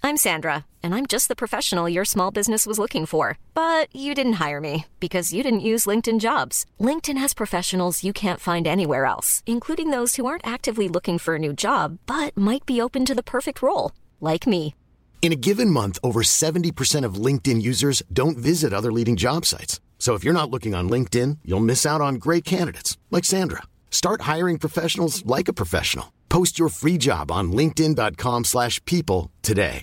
I'm Sandra, and I'm just the professional your small business was looking for. But you didn't hire me because you didn't use LinkedIn Jobs. LinkedIn has professionals you can't find anywhere else, including those who aren't actively looking for a new job, but might be open to the perfect role, like me. In a given month, over 70% of LinkedIn users don't visit other leading job sites. So if you're not looking on LinkedIn, you'll miss out on great candidates like Sandra. Start hiring professionals like a professional. Post your free job on linkedin.com/people today.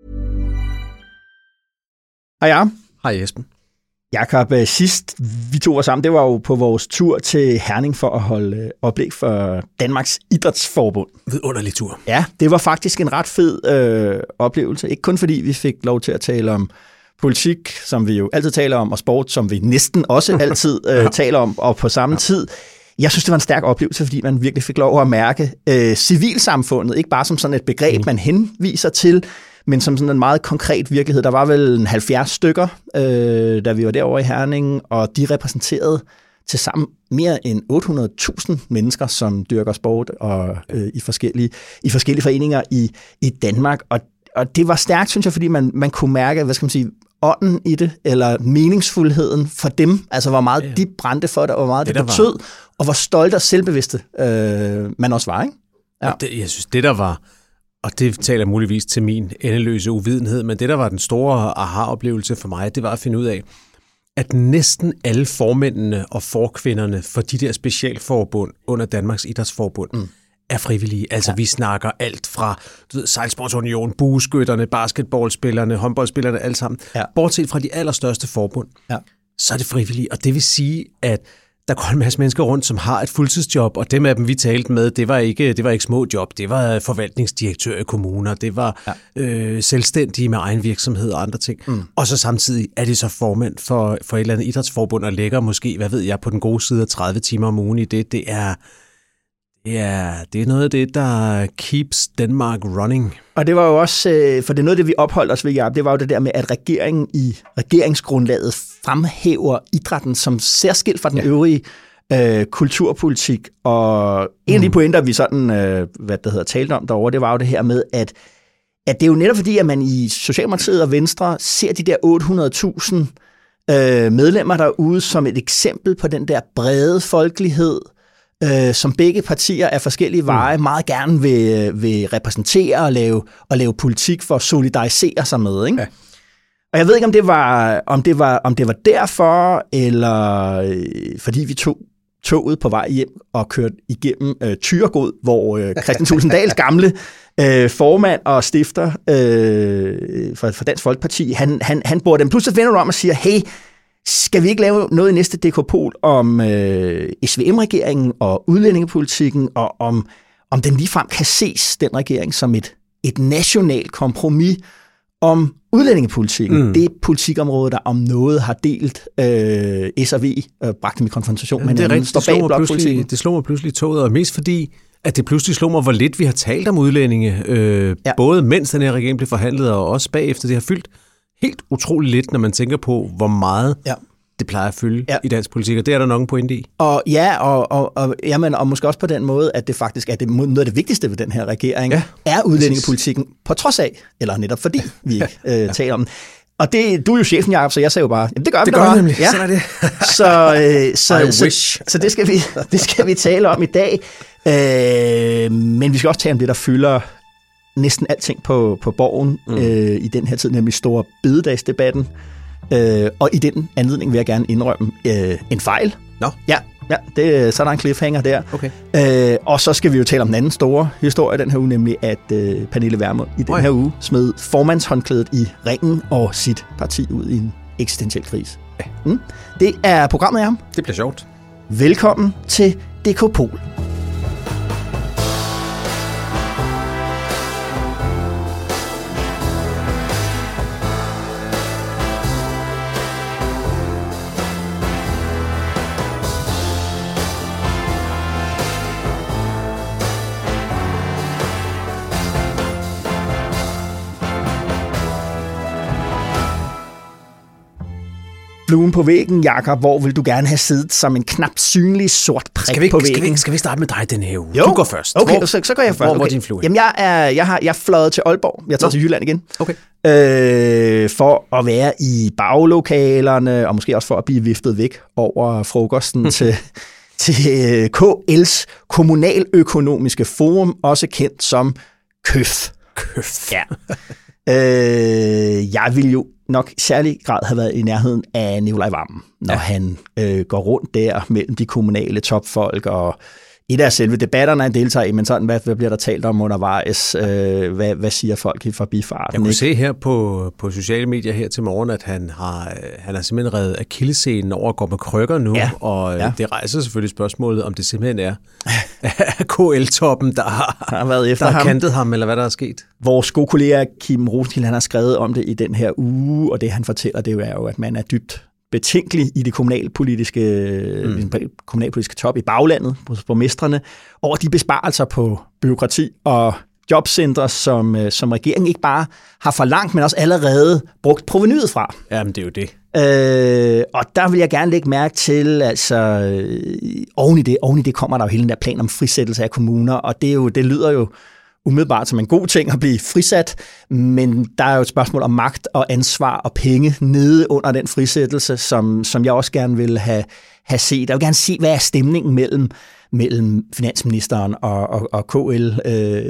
Hej Jacob. Hej Esben. Jakob, sidst vi tog os sammen, det var jo på vores tur til Herning for at holde oplæg for Danmarks Idrætsforbund. Vidunderlig tur. Ja, det var faktisk en ret fed oplevelse. Ikke kun fordi vi fik lov til at tale om politik, som vi jo altid taler om, og sport, som vi næsten også altid taler om, og på samme tid. Jeg synes, det var en stærk oplevelse, fordi man virkelig fik lov at mærke civilsamfundet, ikke bare som sådan et begreb, man henviser til, men som sådan en meget konkret virkelighed. Der var vel 70 stykker, da vi var derovre i Herning, og de repræsenterede til sammen mere end 800.000 mennesker, som dyrker sport og i forskellige foreninger i Danmark. Og det var stærkt, synes jeg, fordi man kunne mærke, hvad skal man sige, ånden i det, eller meningsfuldheden for dem, altså hvor meget de brændte for det, og hvor meget det betød, og hvor stolte og selvbevidste man også var, ikke? Ja. Jeg synes, det der var, og det taler muligvis til min endeløse uvidenhed, men det der var den store aha-oplevelse for mig, det var at finde ud af, at næsten alle formændene og forkvinderne for de der specialforbund under Danmarks Idrætsforbund er frivillige. Altså vi snakker alt fra Sejlsportsunion, bueskytterne, basketballspillerne, håndboldspillerne, alle sammen. Ja. Bortset fra de allerstørste forbund, så er det frivillige. Og det vil sige, at der går en masse mennesker rundt, som har et fuldtidsjob, og dem af dem, vi talte med, det var ikke små job. Det var forvaltningsdirektør i kommuner, det var selvstændige med egen virksomhed og andre ting. Og så samtidig er de så formand for et eller andet idrætsforbund og lægger måske, hvad ved jeg, på den gode side af 30 timer om ugen i det. Det er noget af det, der keeps Denmark running. Og det var jo også, for det er noget af det, vi opholdt os ved, Jacob, det var jo det der med, at regeringen i regeringsgrundlaget fremhæver idrætten som særskilt fra den øvrige kulturpolitik. Og en af de pointer, vi sådan, talte om derovre, det var jo det her med, at det er jo netop fordi, at man i Socialdemokratiet og Venstre ser de der 800.000 medlemmer derude som et eksempel på den der brede folkelighed, som begge partier af forskellige veje meget gerne vil repræsentere og lave politik for at solidarisere sig med, ikke? Ja. Og jeg ved ikke, om det var derfor, eller fordi vi tog toget på vej hjem og kørte igennem Thyregod, hvor Kristian Thulesen Dahls gamle formand og stifter for Dansk Folkeparti, han bor dem. Pludselig vender du om og siger, hey, skal vi ikke lave noget i næste DK-pol om SVM-regeringen og udlændingepolitikken, og om den ligefrem kan ses, den regering, som et nationalt kompromis om udlændingepolitikken? Det politikområde, der om noget har delt S og V, bragt dem i konfrontation med hinanden, står bag blokpolitikken. Det slog mig pludselig toget, og mest fordi, at det pludselig slog mig, hvor lidt vi har talt om udlændinge, både mens den her regering blev forhandlet, og også bagefter. Det har fyldt helt utroligt lidt, når man tænker på, hvor meget det plejer at fylde i dansk politik, og det er der nok en pointe i. Og og måske også på den måde, at det faktisk er noget af det vigtigste ved den her regering, er udlændingepolitikken, på trods af, eller netop fordi vi ikke taler om den. Og du er jo chefen, Jacob, så jeg sagde jo bare, jamen det gør vi da bare. Nemlig. Sådan er det. Så det skal vi tale om i dag. Men vi skal også tale om det, der fylder næsten alting på Borgen i den her tid, nemlig store bededagsdebatten. Og i den anledning vil jeg gerne indrømme en fejl. Nå? Ja, så er der en cliffhanger der. Okay. Og så skal vi jo tale om den anden store historie den her uge, nemlig at Pernille Vermund i den her uge smed formandshåndklædet i ringen og sit parti ud i en eksistentiel krise. Ja. Det er programmet, Jacob. Det bliver sjovt. Velkommen til DK-pol. fluen på væggen, Jakob. Hvor vil du gerne have siddet som en knap synlig sort prik på væggen? Skal vi starte med dig den her uge? Jo. Du går først. Okay, så går jeg først. Hvor er din flue? Jamen, jeg er fløjet til Aalborg. Jeg tager til Jylland igen. Okay. For at være i baglokalerne, og måske også for at blive viftet væk over frokosten til KL's Kommunaløkonomiske Forum, også kendt som KØF. KØF. Ja. Jeg ville jo nok i særlig grad have været i nærheden af Nicolai Wammen, når han går rundt der mellem de kommunale topfolk, og et af selve debatterne, han deltager i, men sådan, hvad bliver der talt om undervejs? Hvad siger folk i forbifarten? Jeg kunne se her på sociale medier her til morgen, at han har simpelthen reddet akillessenen over at gå med krykker nu, og det rejser selvfølgelig spørgsmålet, om det simpelthen er KL-toppen, der har været efter ham, kantet ham, eller hvad der er sket. Vores gode kollega Kim Roskilde, han har skrevet om det i den her uge, og det han fortæller, det er jo, at man er dybt betænkelig i det kommunalpolitiske top i baglandet, hos borgmestrene, over de besparelser på byråkrati og jobcentre, som regeringen ikke bare har forlangt, men også allerede brugt provenuet fra. Jamen, det er jo det. Og der vil jeg gerne lægge mærke til, altså oven i det kommer der jo hele den der plan om frisættelse af kommuner, og det lyder jo umiddelbart som en god ting at blive frisat, men der er jo et spørgsmål om magt og ansvar og penge nede under den frisættelse, som jeg også gerne vil have set. Jeg vil gerne se, hvad er stemningen mellem finansministeren og KL. Det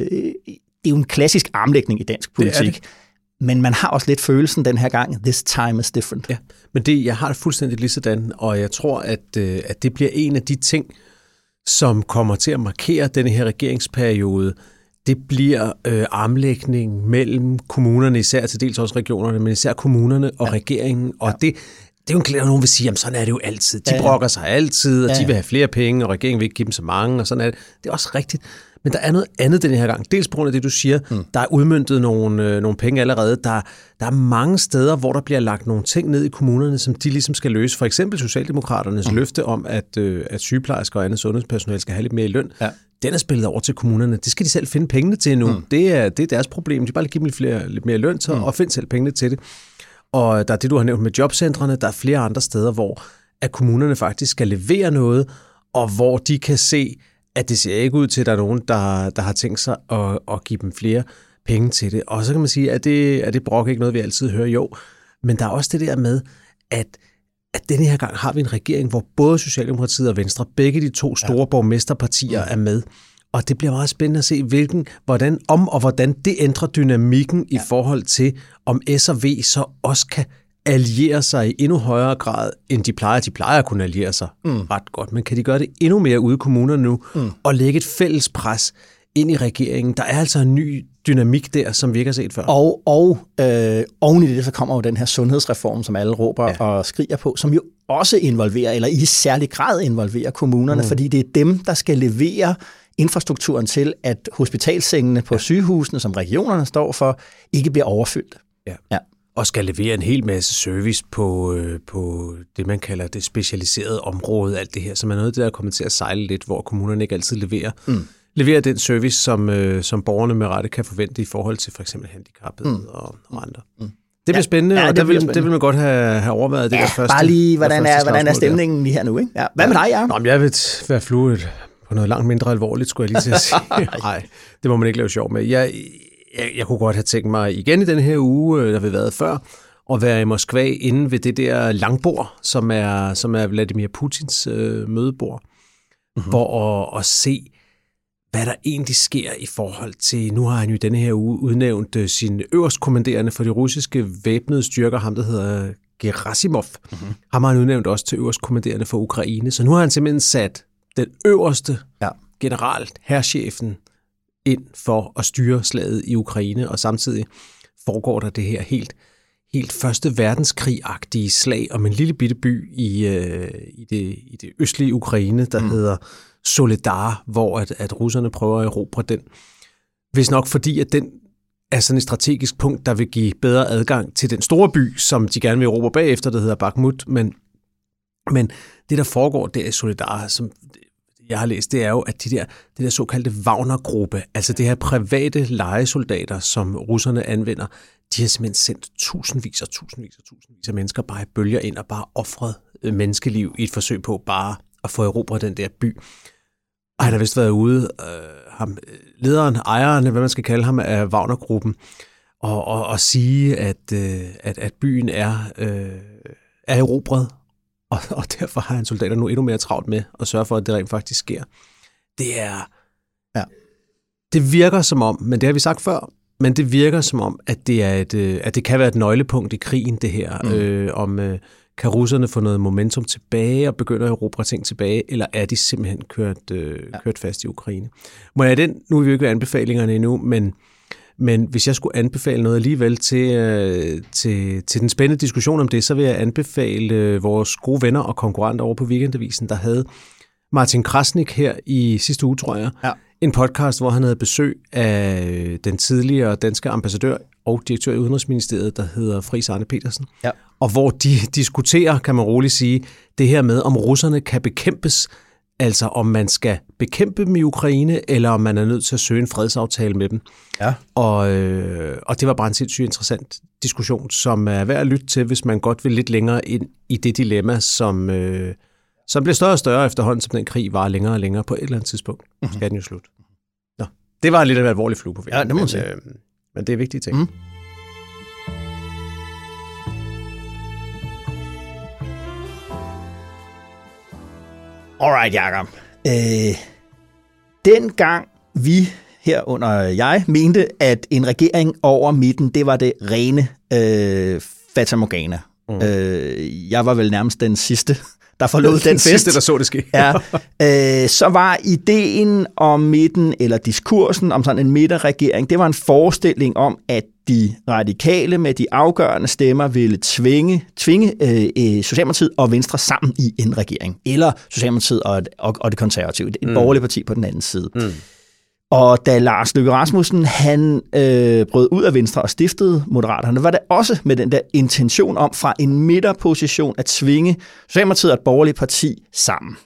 er jo en klassisk armlægning i dansk politik. Men man har også lidt følelsen den her gang, this time is different. Ja, men jeg har det fuldstændig lige sådan, og jeg tror, at det bliver en af de ting, som kommer til at markere denne her regeringsperiode. Det bliver armlægning mellem kommunerne, især til dels også regionerne, men især kommunerne og regeringen. Og det er jo en klæder, nogen vil sige, jamen sådan er det jo altid. De brokker sig altid, og de vil have flere penge, og regeringen vil ikke give dem så mange, og sådan er det. Det er også rigtigt. Men der er noget andet den her gang. Dels på grund af det, du siger, der er udmøntet nogle penge allerede. Der er mange steder, hvor der bliver lagt nogle ting ned i kommunerne, som de ligesom skal løse. For eksempel Socialdemokraternes løfte om, at sygeplejersker og andet sundhedspersonale skal have lidt mere i løn. Ja. Den er spillet over til kommunerne. Det skal de selv finde pengene til nu. Det er deres problem. De bare give dem lidt mere løn til, og finde selv pengene til det. Og der er det, du har nævnt med jobcentrene. Der er flere andre steder, hvor at kommunerne faktisk skal levere noget, og hvor de kan se, at det ser ikke ud til, at der er nogen, der har tænkt sig at give dem flere penge til det. Og så kan man sige, at det brok ikke noget, vi altid hører, jo. Men der er også det der med, at denne her gang har vi en regering, hvor både Socialdemokratiet og Venstre, begge de to store borgmesterpartier er med. Og det bliver meget spændende at se, hvordan det ændrer dynamikken i forhold til, om S og V så også kan alliere sig i endnu højere grad, end de plejer. De plejer at kunne alliere sig ret godt, men kan de gøre det endnu mere ude i kommunerne nu, og lægge et fælles pres ind i regeringen? Der er altså en ny dynamik der, som vi ikke har set før. Og oven i det, så kommer jo den her sundhedsreform, som alle råber og skriger på, som jo også involverer, eller i særlig grad involverer kommunerne, fordi det er dem, der skal levere infrastrukturen til, at hospitalsengene på sygehusene, som regionerne står for, ikke bliver overfyldt. Ja. Og skal levere en hel masse service på det, man kalder det specialiserede område, alt det her, som er noget, der er kommet til at sejle lidt, hvor kommunerne ikke altid leverer den service, som borgerne med rette kan forvente i forhold til for eksempel handicappede og andre. Det bliver spændende, og det vil man godt have overvejet det der første. Bare lige, hvordan er stemningen lige her nu, ikke? Ja. Hvad med dig, Jacob? Nå, men jeg vil være fluet på noget langt mindre alvorligt, skulle jeg lige til at sige. Nej, det må man ikke lave sjov med. Jeg kunne godt have tænkt mig igen i den her uge, der vi været før, at være i Moskva inde ved det der langbord, som er Vladimir Putins mødebord, for at se, hvad der egentlig sker i forhold til, nu har han jo denne her uge udnævnt sin øverstkommanderende for de russiske væbnede styrker, ham der hedder Gerasimov. Ham har han udnævnt også til øverstkommanderende for Ukraine, så nu har han simpelthen sat den øverste general, hærchefen, ind for at styre slaget i Ukraine, og samtidig foregår der det her helt første verdenskrig-agtige slag om en lille bitte by i det østlige Ukraine, der hedder Soledar, hvor at russerne prøver at erobre den. Hvis nok fordi, at den er sådan et strategisk punkt, der vil give bedre adgang til den store by, som de gerne vil erobre bagefter, der hedder Bakhmut, men det, der foregår der i Soledar, som jeg har læst, det er jo, at det der såkaldte Wagner-gruppe, altså det her private lejesoldater, som russerne anvender, de har simpelthen sendt tusindvis af mennesker bare i bølger ind og bare offret menneskeliv i et forsøg på bare at få erobret den der by. Og han har vist været ude, lederen, ejeren, hvad man skal kalde ham, af Wagner-gruppen, og sige, at byen er erobret, og derfor har han soldater nu endnu mere travlt med at sørge for, at det rent faktisk sker. Det virker som om, men det har vi sagt før, men det virker som om, at det kan være et nøglepunkt i krigen, det her. Kan russerne få noget momentum tilbage og begynde at erobre ting tilbage, eller er de simpelthen kørt fast i Ukraine? Må jeg nu er vi jo ikke ved anbefalingerne endnu, men hvis jeg skulle anbefale noget alligevel til den spændende diskussion om det, så vil jeg anbefale vores gode venner og konkurrenter over på Weekendavisen, der havde Martin Krasnik her i sidste uge, tror jeg. Ja. En podcast, hvor han havde besøg af den tidligere danske ambassadør og direktør i Udenrigsministeriet, der hedder Friis Arne Petersen. Ja. Og hvor de diskuterer, kan man roligt sige, det her med, om russerne kan bekæmpes, altså om man skal bekæmpe dem i Ukraine, eller om man er nødt til at søge en fredsaftale med dem. Ja. Og det var bare en sindssygt interessant diskussion, som er værd at lytte til, hvis man godt vil lidt længere ind i det dilemma, som bliver større og større efterhånden, som den krig var længere og længere på et eller andet tidspunkt. Skal den jo slutte. Nå, det var lidt af en alvorlig flue på væggen. Ja, det må man sige. Men det er vigtige ting. Alright, Jacob. Dengang vi herunder jeg mente, at en regering over midten, det var det rene Fata Morgana. Jeg var vel nærmest den sidste, der forlod den fest. Sidste, der så det ske. Ja. Så var ideen om midten, eller diskursen om sådan en midterregering, det var en forestilling om, at de radikale med de afgørende stemmer ville tvinge Socialdemokratiet og Venstre sammen i en regering. Eller Socialdemokratiet og det konservative. Et borgerligt parti på den anden side. Og da Lars Løkke Rasmussen han brød ud af Venstre og stiftede Moderaterne, var det også med den der intention om fra en midterposition at tvinge Socialdemokratiet og et borgerligt parti sammen.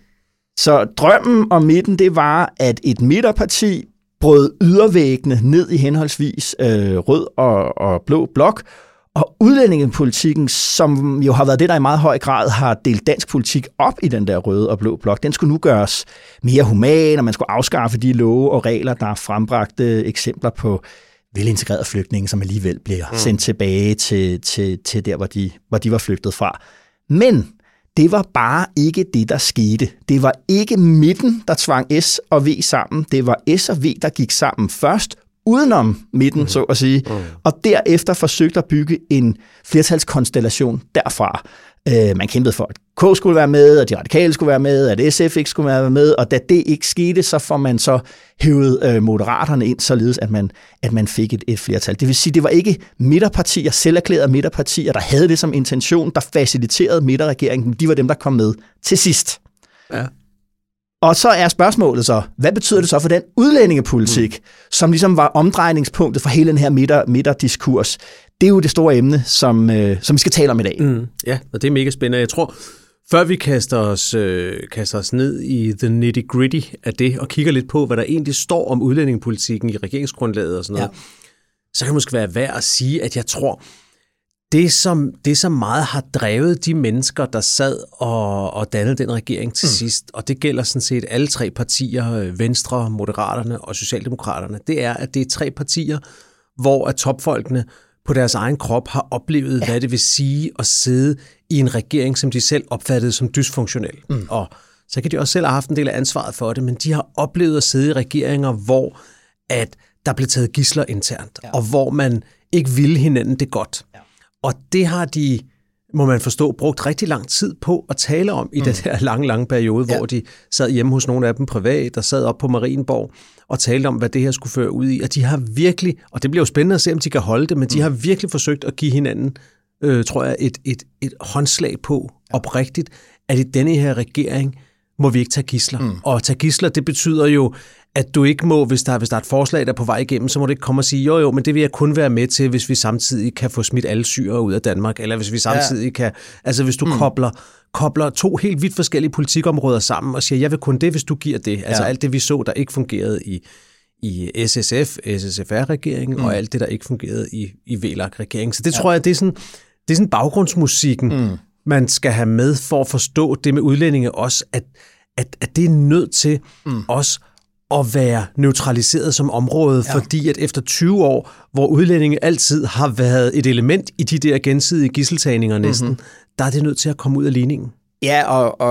Så drømmen om midten, det var, at et midterparti brød ydervæggene ned i henholdsvis rød og blå blok, og udlændingepolitikken, som jo har været det, der i meget høj grad har delt dansk politik op i den der røde og blå blok, den skulle nu gøres mere human, og man skulle afskaffe de love og regler, der frembragte eksempler på velintegrerede flygtninge, som alligevel bliver sendt tilbage til der, hvor de var flygtet fra. Men det var bare ikke det, der skete. Det var ikke midten, der tvang S og V sammen. Det var S og V, der gik sammen først, udenom midten, så at sige, og derefter forsøgte at bygge en flertalskonstellation derfra. Man kæmpede for, at K skulle være med, og de radikale skulle være med, at SF ikke skulle være med, og da det ikke skete, så får man så hævet Moderaterne ind, således at man fik et flertal. Det vil sige, det var ikke midterpartier, selverklærede midterpartier, der havde det som intention, der faciliterede midterregeringen. De var dem, der kom med til sidst. Ja. Og så er spørgsmålet så, hvad betyder det så for den udlændingepolitik, som ligesom var omdrejningspunktet for hele den her midterdiskurs? Det er jo det store emne, som vi skal tale om i dag. Ja, og det er mega spændende. Jeg tror, før vi kaster os ned i the nitty-gritty af det, og kigger lidt på, hvad der egentlig står om udlændingepolitikken i regeringsgrundlaget og sådan noget, så kan det måske være værd at sige, at jeg tror, det som meget har drevet de mennesker, der sad og dannede den regering til sidst, og det gælder sådan set alle tre partier, Venstre, Moderaterne og Socialdemokraterne, det er, at det er tre partier, hvor at topfolkene på deres egen krop har oplevet, hvad det vil sige at sidde i en regering, som de selv opfattede som dysfunktionel. Og så kan de også selv have haft en del af ansvaret for det, men de har oplevet at sidde i regeringer, hvor at der blev taget gidsler internt, og hvor man ikke ville hinanden det godt. Og det har de, må man forstå, brugt rigtig lang tid på at tale om i den her lange periode, hvor de sad hjemme hos nogle af dem privat, og sad op på Marienborg og talte om, hvad det her skulle føre ud i. Og de har virkelig, og det bliver jo spændende at se, om de kan holde det, men de har virkelig forsøgt at give hinanden, tror jeg, et håndslag på oprigtigt, at i denne her regering må vi ikke tage gidsler. Og tage gidsler, det betyder jo, at du ikke må, hvis der er et forslag, der er på vej igennem, så må du ikke komme og sige, jo, men det vil jeg kun være med til, hvis vi samtidig kan få smidt alle syrere ud af Danmark, eller hvis vi samtidig kan, altså hvis du kobler to helt vidt forskellige politikområder sammen og siger, jeg vil kun det, hvis du giver det. Altså alt det, vi så, der ikke fungerede i SSFR-regeringen, og alt det, der ikke fungerede i VLAK-regeringen. Så det tror jeg, det er sådan baggrundsmusikken, man skal have med for at forstå det med udlændinge også, at det er nødt til også at være neutraliseret som område, fordi at efter 20 år, hvor udlændinge altid har været et element i de der gensidige gidseltagninger næsten, der er det nødt til at komme ud af ligningen. Ja,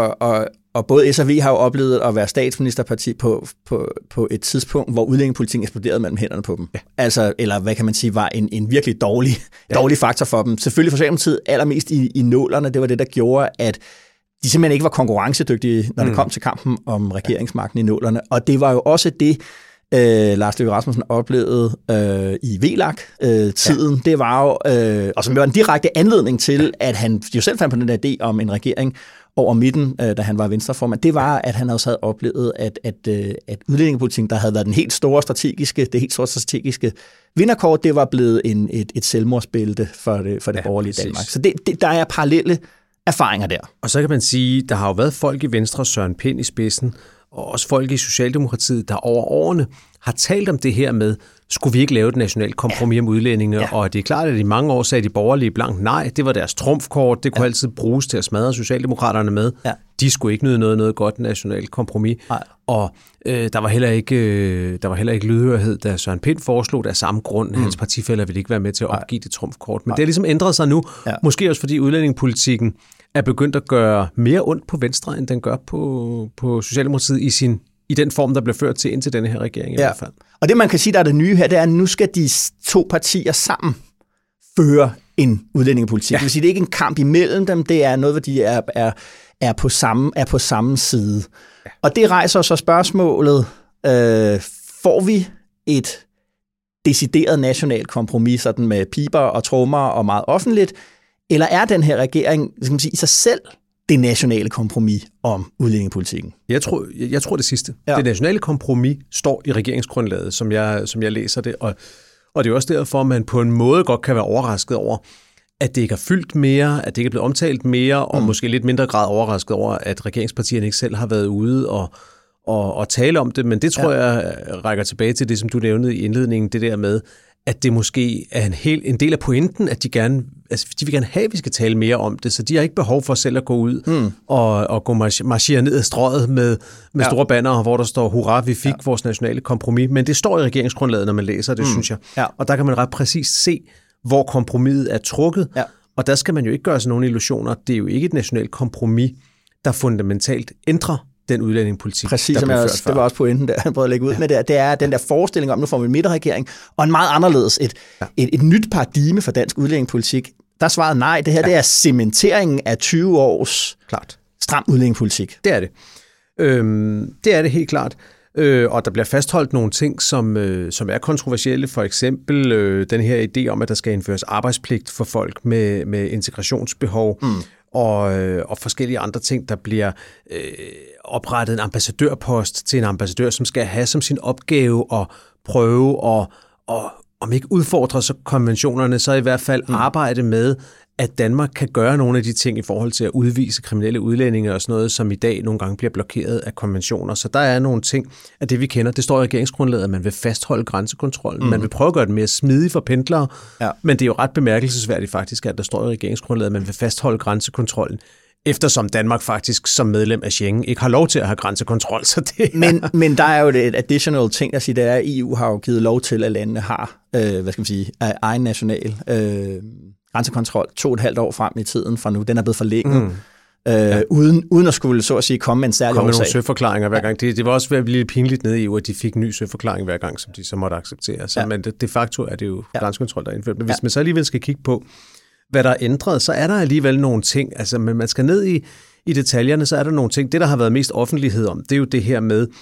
og både S og V har jo oplevet at være statsministerparti på et tidspunkt, hvor udlændingepolitikken eksploderede mellem hænderne på dem. Ja. Altså, eller hvad kan man sige, var en virkelig dårlig faktor for dem. Selvfølgelig for Socialdemokratiet allermest i nålerne, det var det, der gjorde, at de simpelthen ikke var konkurrencedygtige, når det kom til kampen om regeringsmagten i nålerne. Og det var jo også det, Lars Løkke Rasmussen oplevede i VLAK-tiden. Det var jo, og som var en direkte anledning til, at han jo selv fandt på den der idé om en regering over midten, da han var venstreformand, det var, at han også havde oplevet, at udlændingepolitikken, der havde været det helt store strategiske vinderkort, det var blevet et selvmordsbælte for det borgerlige Danmark. Så der er parallelle erfaringer der. Og så kan man sige, der har jo været folk i Venstre, Søren Pind i spidsen, og også folk i Socialdemokratiet, der over årene har talt om det her med, skulle vi ikke lave et nationalt kompromis om udlændinge? Og det er klart, at i mange år sagde de borgerlige blankt nej. Det var deres trumfkort. Det kunne altid bruges til at smadre Socialdemokraterne med. Ja. De skulle ikke nyde noget godt nationalt kompromis. Nej. Og der var heller ikke lydhørhed, da Søren Pind foreslog det af samme grund. Hans partifæller ville ikke være med til at opgive det trumfkort. Men det har ligesom ændret sig nu. Ja. Måske også fordi udlændingepolitikken er begyndt at gøre mere ondt på Venstre, end den gør på Socialdemokratiet i den form, der blev ført til indtil denne her regering i hvert fald. Og det, man kan sige, der er det nye her, det er, at nu skal de to partier sammen føre en udlændingepolitik. Det vil sige, det er ikke en kamp imellem dem, det er noget, hvor de er på samme side. Ja. Og det rejser så spørgsmålet, får vi et decideret nationalt kompromis, sådan med piber og trommer og meget offentligt, eller er den her regering, skal man sige, i sig selv det nationale kompromis om udlændingepolitikken? Jeg tror det sidste. Ja. Det nationale kompromis står i regeringsgrundlaget, som jeg læser det, og det er også derfor, at man på en måde godt kan være overrasket over, at det ikke er fyldt mere, at det ikke er blevet omtalt mere, og måske lidt mindre grad overrasket over, at regeringspartierne ikke selv har været ude og tale om det, men det tror jeg rækker tilbage til det, som du nævnte i indledningen, det der med, at det måske er en del af pointen, at de vil gerne have, at vi skal tale mere om det, så de har ikke behov for selv at gå ud og gå marchere ned ad strøget med store bannere, hvor der står, hurra, vi fik vores nationale kompromis, men det står i regeringsgrundlaget, når man læser det, synes jeg. Ja. Og der kan man ret præcist se, hvor kompromiset er trukket, og der skal man jo ikke gøre sig nogen illusioner. Det er jo ikke et nationalt kompromis, der fundamentalt ændrer den udlændingepolitik, præcis, der blev ført før. Det var også pointen, der han prøvede at lægge ud med det er den der forestilling om, nu får vi en midterregering, og en meget anderledes, et nyt paradigme for dansk udlændingepolitik. Der svarede nej, det her det er cementeringen af 20 års stram udlændingepolitik. Det er det. Det er det helt klart. Og der bliver fastholdt nogle ting, som er kontroversielle. For eksempel den her idé om, at der skal indføres arbejdspligt for folk med integrationsbehov, og forskellige andre ting, der bliver oprettet en ambassadørpost til en ambassadør, som skal have som sin opgave at prøve at om ikke udfordre så konventionerne, så i hvert fald arbejde med, at Danmark kan gøre nogle af de ting i forhold til at udvise kriminelle udlændinge og sådan noget, som i dag nogle gange bliver blokeret af konventioner. Så der er nogle ting af det, vi kender. Det står i regeringsgrundlaget, at man vil fastholde grænsekontrollen. Man vil prøve at gøre det mere smidigt for pendlere, men det er jo ret bemærkelsesværdigt faktisk, at der står i regeringsgrundlaget, at man vil fastholde grænsekontrollen, eftersom Danmark faktisk som medlem af Schengen ikke har lov til at have grænsekontrol. Så det men der er jo et additional ting at sige, det er, at EU har jo givet lov til, at landene har egen national grænsekontrol 2,5 år frem i tiden fra nu. Den er blevet forlænget, uden at skulle så at sige komme med en særlig årsag. Komme med nogle søforklaringer hver gang. Det var også ved at blive lidt pinligt nede i EU, at de fik en ny søforklaring hver gang, som de så måtte acceptere. Så, men de facto er det jo grænsekontrol, der er indført. Men hvis man så alligevel skal kigge på, hvad der er ændret, så er der alligevel nogle ting. Altså, man skal ned i detaljerne, så er der nogle ting. Det, der har været mest offentlighed om, det er jo det her med,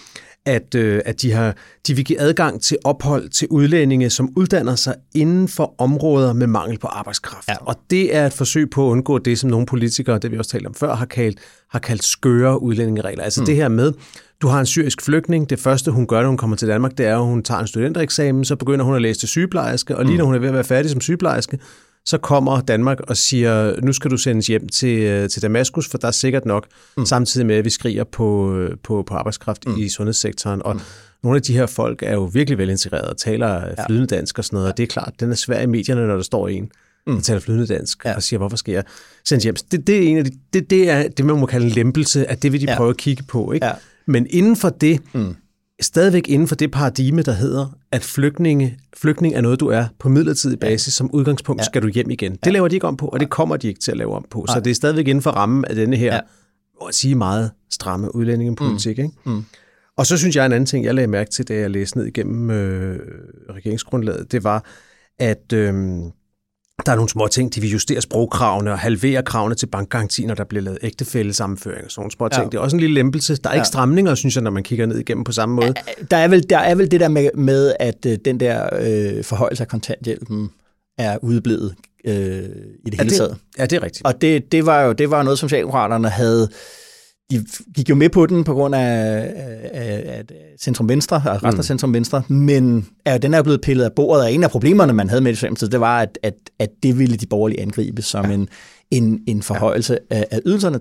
at de vil give adgang til ophold til udlændinge, som uddanner sig inden for områder med mangel på arbejdskraft. Ja. Og det er et forsøg på at undgå det, som nogle politikere, det vi også talte om før, har kaldt skøre udlændingeregler. Altså det her med, du har en syrisk flygtning, det første hun gør, når hun kommer til Danmark, det er, at hun tager en studentereksamen, så begynder hun at læse til sygeplejerske, og lige når hun er ved at være færdig som sygeplejerske, så kommer Danmark og siger, nu skal du sendes hjem til Damaskus, for der er sikkert nok, samtidig med, at vi skriger på arbejdskraft i sundhedssektoren. Og nogle af de her folk er jo virkelig velintegrerede og taler flydende dansk og sådan noget, og det er klart, den er svær i medierne, når der står en, der taler flydende dansk og siger, hvorfor skal jeg sendes hjem? Det er en af det er det, man må kalde en lempelse, at det vil de prøve at kigge på, ikke? Ja. Men inden for det, stadigvæk inden for det paradigme, der hedder, at flygtning er noget, du er på midlertidig basis, som udgangspunkt skal du hjem igen. Det laver de ikke om på, og det kommer de ikke til at lave om på. Så det er stadigvæk inden for rammen af denne her, at sige meget stramme udlændingepolitik. Ikke? Og så synes jeg, en anden ting, jeg lagde mærke til, da jeg læste ned igennem regeringsgrundlaget, det var, at der er nogle små ting, de vil justere sprogkravene og halvere kravene til bankgaranti, når der bliver lavet ægtefællesammenføring og sådan nogle små ting. Det er også en lille lempelse. Der er ikke stramninger, synes jeg, når man kigger ned igennem på samme måde. Der er vel det der med at den der forhøjelse af kontanthjælpen er udeblevet i det hele taget. Ja, det er rigtigt. Og det var jo noget, som Socialdemokraterne havde. De gik jo med på den på grund af centrum-venstre, altså resten af centrum-venstre, men den er jo blevet pillet af bordet, og en af problemerne, man havde med det, det var, at det ville de borgerlige angribe som en forhøjelse af ydelserne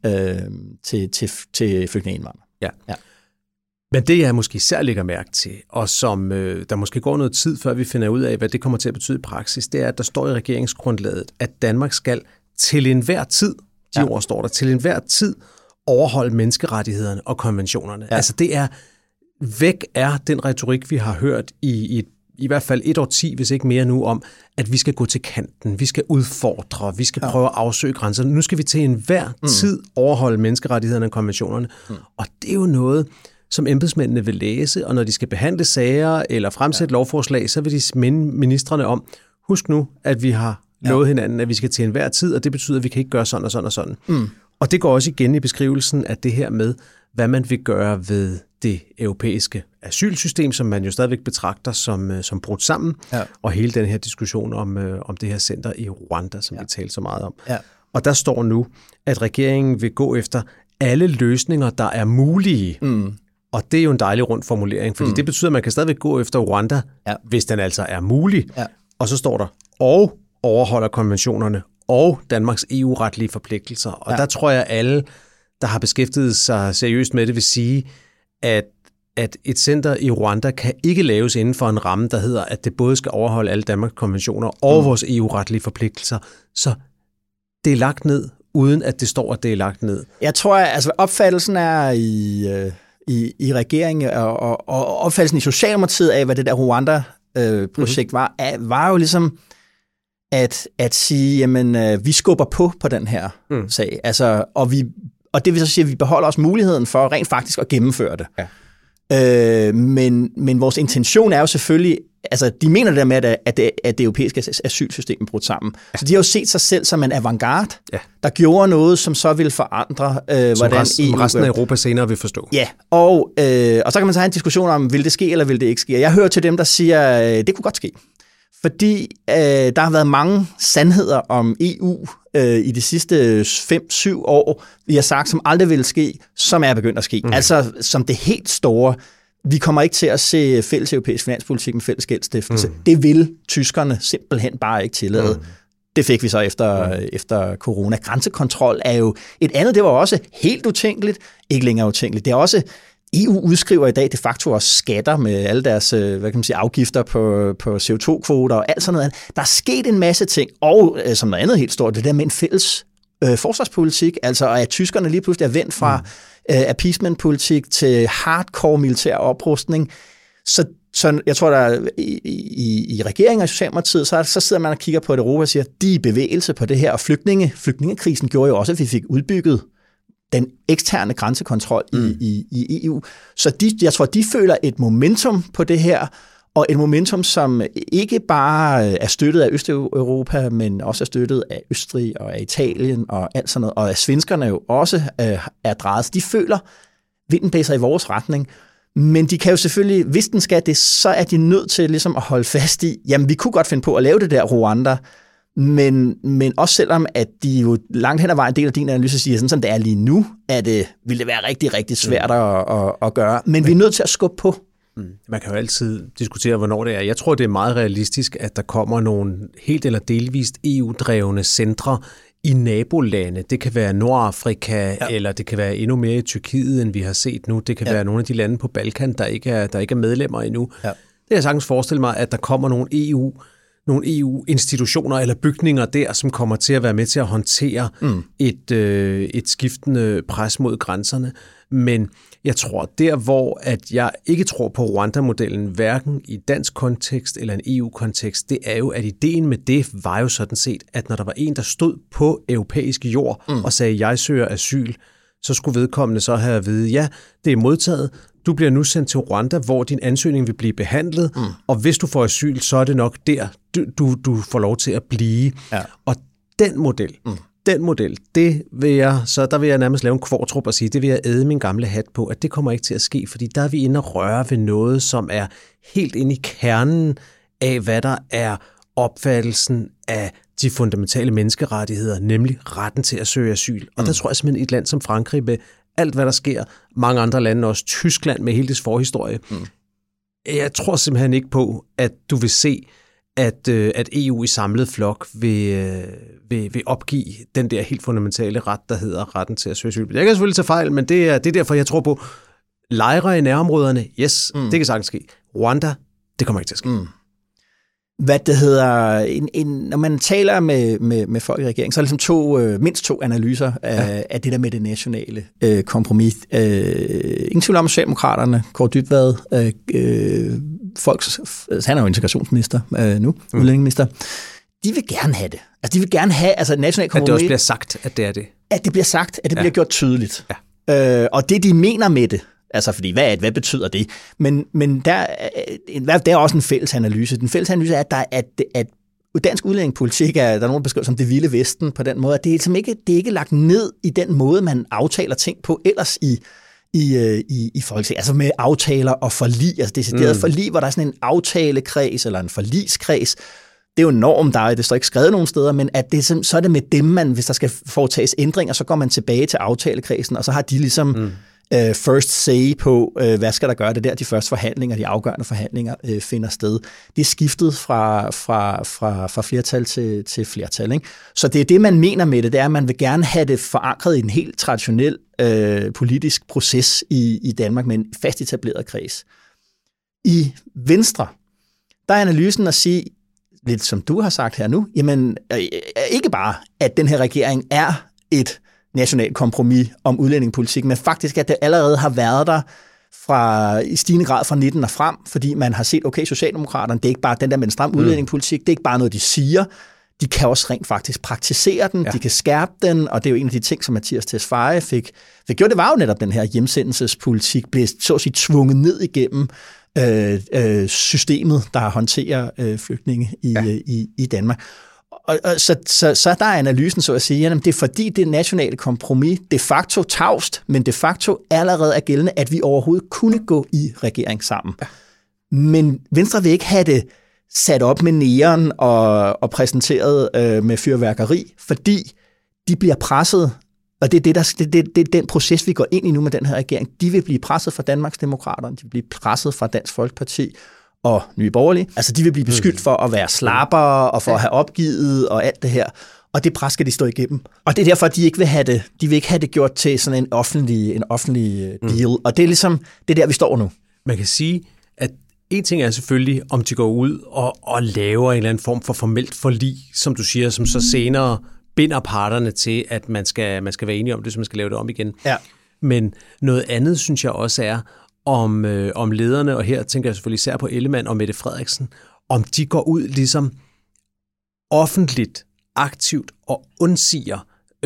til flygtningeindvandrere. Ja. Men det, jeg måske især lægger mærke til, og som der måske går noget tid, før vi finder ud af, hvad det kommer til at betyde i praksis, det er, at der står i regeringsgrundlaget, at Danmark skal til enhver tid, ord står der, til enhver tid overholde menneskerettighederne og konventionerne. Ja. Altså det er, væk er den retorik, vi har hørt i hvert fald et årti, hvis ikke mere nu, om, at vi skal gå til kanten, vi skal udfordre, vi skal prøve at afsøge grænserne. Nu skal vi til enhver tid overholde menneskerettighederne og konventionerne. Og det er jo noget, som embedsmændene vil læse, og når de skal behandle sager eller fremsætte lovforslag, så vil de minde ministrene om, husk nu, at vi har lovet hinanden, at vi skal til enhver tid, og det betyder, at vi kan ikke gøre sådan og sådan og sådan. Og det går også igen i beskrivelsen af det her med, hvad man vil gøre ved det europæiske asylsystem, som man jo stadigvæk betragter som brudt sammen, og hele den her diskussion om det her center i Rwanda, som vi talte så meget om. Ja. Og der står nu, at regeringen vil gå efter alle løsninger, der er mulige. Og det er jo en dejlig rund formulering, fordi det betyder, at man kan stadigvæk gå efter Rwanda, hvis den altså er mulig. Ja. Og så står der, og overholder konventionerne, og Danmarks EU-retlige forpligtelser. Og der tror jeg, alle, der har beskæftiget sig seriøst med det, vil sige, at et center i Rwanda kan ikke laves inden for en ramme, der hedder, at det både skal overholde alle Danmarks konventioner og vores EU-retlige forpligtelser. Så det er lagt ned, uden at det står, at det er lagt ned. Jeg tror, at opfattelsen er i regeringen, og opfattelsen i Socialdemokratiet af, hvad det der Rwanda-projekt var jo ligesom at sige, jamen, vi skubber på den her sag. Altså, og det vil så sige, at vi beholder os muligheden for rent faktisk at gennemføre det. Ja. Men vores intention er jo selvfølgelig, altså de mener det der med, at det europæiske asylsystem er brudt sammen. Så de har jo set sig selv som en avantgarde, der gjorde noget, som så ville forandre, hvordan EU resten af Europa senere vil forstå. Ja, og så kan man så have en diskussion om, vil det ske, eller vil det ikke ske. Jeg hører til dem, der siger, det kunne godt ske. Fordi der har været mange sandheder om EU i de sidste 5-7 år, vi har sagt, som aldrig ville ske, som er begyndt at ske. Altså som det helt store, vi kommer ikke til at se fælles europæisk finanspolitik med fælles gældsstiftelse. Det vil tyskerne simpelthen bare ikke tillade. Det fik vi så efter corona. Grænsekontrol er jo et andet, det var også helt utænkeligt, ikke længere utænkeligt. Det er også EU udskriver i dag de facto også skatter med alle deres afgifter på CO2-kvoter og alt sådan noget. Der er sket en masse ting, og som noget andet helt stort, det der med en fælles forsvarspolitik, altså at tyskerne lige pludselig er vendt fra appeasement-politik til hardcore militær oprustning. Så jeg tror, der i regeringen og Socialdemokratiet, så sidder man og kigger på Europa og siger, de er bevægelse på det her, og flygtningekrisen gjorde jo også, at vi fik udbygget den eksterne grænsekontrol i EU. Så jeg tror, de føler et momentum på det her, og et momentum, som ikke bare er støttet af Østeuropa, men også er støttet af Østrig og af Italien og alt sådan noget, og af svenskerne jo også er drejet. De føler, vinden blæser i vores retning, Men de kan jo selvfølgelig, hvis den skal det, så er de nødt til ligesom at holde fast i, jamen vi kunne godt finde på at lave det der Rwanda, men også selvom, at de jo langt hen ad vejen, en del af din analyse siger, sådan som det er lige nu, vil det være rigtig, rigtig svært at gøre. Men vi er nødt til at skubbe på. Man kan jo altid diskutere, hvornår det er. Jeg tror, det er meget realistisk, at der kommer nogle helt eller delvist EU-drevne centre i nabolande. Det kan være Nordafrika, eller det kan være endnu mere i Tyrkiet, end vi har set nu. Det kan være nogle af de lande på Balkan, der ikke er medlemmer endnu. Ja. Det er jeg sagtens forestille mig, at der kommer nogle EU-institutioner eller bygninger der, som kommer til at være med til at håndtere et skiftende pres mod grænserne. Men jeg tror, der hvor at jeg ikke tror på Rwanda-modellen, hverken i dansk kontekst eller en EU-kontekst, det er jo, at ideen med det var jo sådan set, at når der var en, der stod på europæisk jord og sagde, jeg søger asyl, så skulle vedkommende så have at vide, ja, det er modtaget, du bliver nu sendt til Rwanda, hvor din ansøgning vil blive behandlet, og hvis du får asyl, så er det nok der, du får lov til at blive. Ja. Og den model, der vil jeg nærmest lave en kvartrup og sige, det vil jeg æde min gamle hat på, at det kommer ikke til at ske, fordi der er vi inde og røre ved noget, som er helt inde i kernen af, hvad der er opfattelsen af de fundamentale menneskerettigheder, nemlig retten til at søge asyl. Og der tror jeg simpelthen, et land som Frankrig med alt, hvad der sker, mange andre lande, også Tyskland med hele dets forhistorie. Jeg tror simpelthen ikke på, at du vil se, at EU i samlet flok vil opgive den der helt fundamentale ret, der hedder retten til at søge asyl. Jeg kan selvfølgelig tage fejl, men det er derfor, jeg tror på lejre i nærområderne. Yes, det kan sagtens ske. Rwanda, det kommer ikke til at ske. Hvad det hedder, når man taler med folk i regeringen, så er det ligesom mindst to analyser af det der med det nationale kompromis. Ingen tvivl om Socialdemokraterne, Kaare Dybvad, han er jo integrationsminister nu, udlændingeminister, de vil gerne have det. Altså, de vil gerne have et nationalt kompromis. At det også bliver sagt, at det er det. At det bliver sagt, at det bliver gjort tydeligt. Ja. Og det, de mener med det, altså, fordi hvad betyder det? Men der er også en fælles analyse. Den fælles analyse er, at dansk udlændingepolitik er, der er nogen, der beskriver som det vilde vesten på den måde, at det er ikke lagt ned i den måde, man aftaler ting på ellers i Folketinget. Altså med aftaler og forlig, altså decideret forlig, hvor der er sådan en aftalekreds eller en forligskreds. Det er jo en norm, det står ikke skrevet nogen steder, men at så er det med dem, hvis der skal foretages ændringer, så går man tilbage til aftalekredsen, og så har de ligesom first say på, hvad skal der gøre det der, de første forhandlinger, de afgørende forhandlinger finder sted. Det er skiftet fra flertal til flertal. Ikke? Så det er det, man mener med det, det er, at man vil gerne have det forankret i en helt traditionel politisk proces i Danmark med en fast etableret kreds. I Venstre, der er analysen at sige, lidt som du har sagt her nu, jamen ikke bare, at den her regering er et nationalt kompromis om udlændingepolitik, men faktisk, at det allerede har været der i stigende grad fra 19 og frem, fordi man har set, okay, Socialdemokraterne, det er ikke bare den der med en stram udlændingepolitik, det er ikke bare noget, de siger, de kan også rent faktisk praktisere den, de kan skærpe den, og det er jo en af de ting, som Mattias Tesfaye fik gjort, det var jo netop den her hjemsendelsespolitik, blev så at sige tvunget ned igennem systemet, der håndterer flygtninge i Danmark. Og så der er analysen så at sige, at det er fordi det nationale kompromis de facto tavst, men de facto allerede er gældende, at vi overhovedet kunne gå i regering sammen. Ja. Men Venstre vil ikke have det sat op med neon og præsenteret med fyrværkeri, fordi de bliver presset, og det er den proces, vi går ind i nu med den her regering. De vil blive presset fra Danmarksdemokraterne, de vil blive presset fra Dansk Folkeparti og Nye Borgerlige. Altså, de vil blive beskyldt for at være slappere og for at have opgivet og alt det her. Og det pres skal de stå igennem. Og det er derfor, at de ikke vil have det gjort til sådan en offentlig deal. Og det er ligesom, det er der, vi står nu. Man kan sige, at en ting er selvfølgelig, om de går ud og laver en eller anden form for formelt forlig, som du siger, som så senere binder parterne til, at man skal være enige om det, så man skal lave det om igen. Ja. Men noget andet, synes jeg også er, om lederne, og her tænker jeg selvfølgelig især på Ellemann og Mette Frederiksen, om de går ud ligesom offentligt, aktivt og undsiger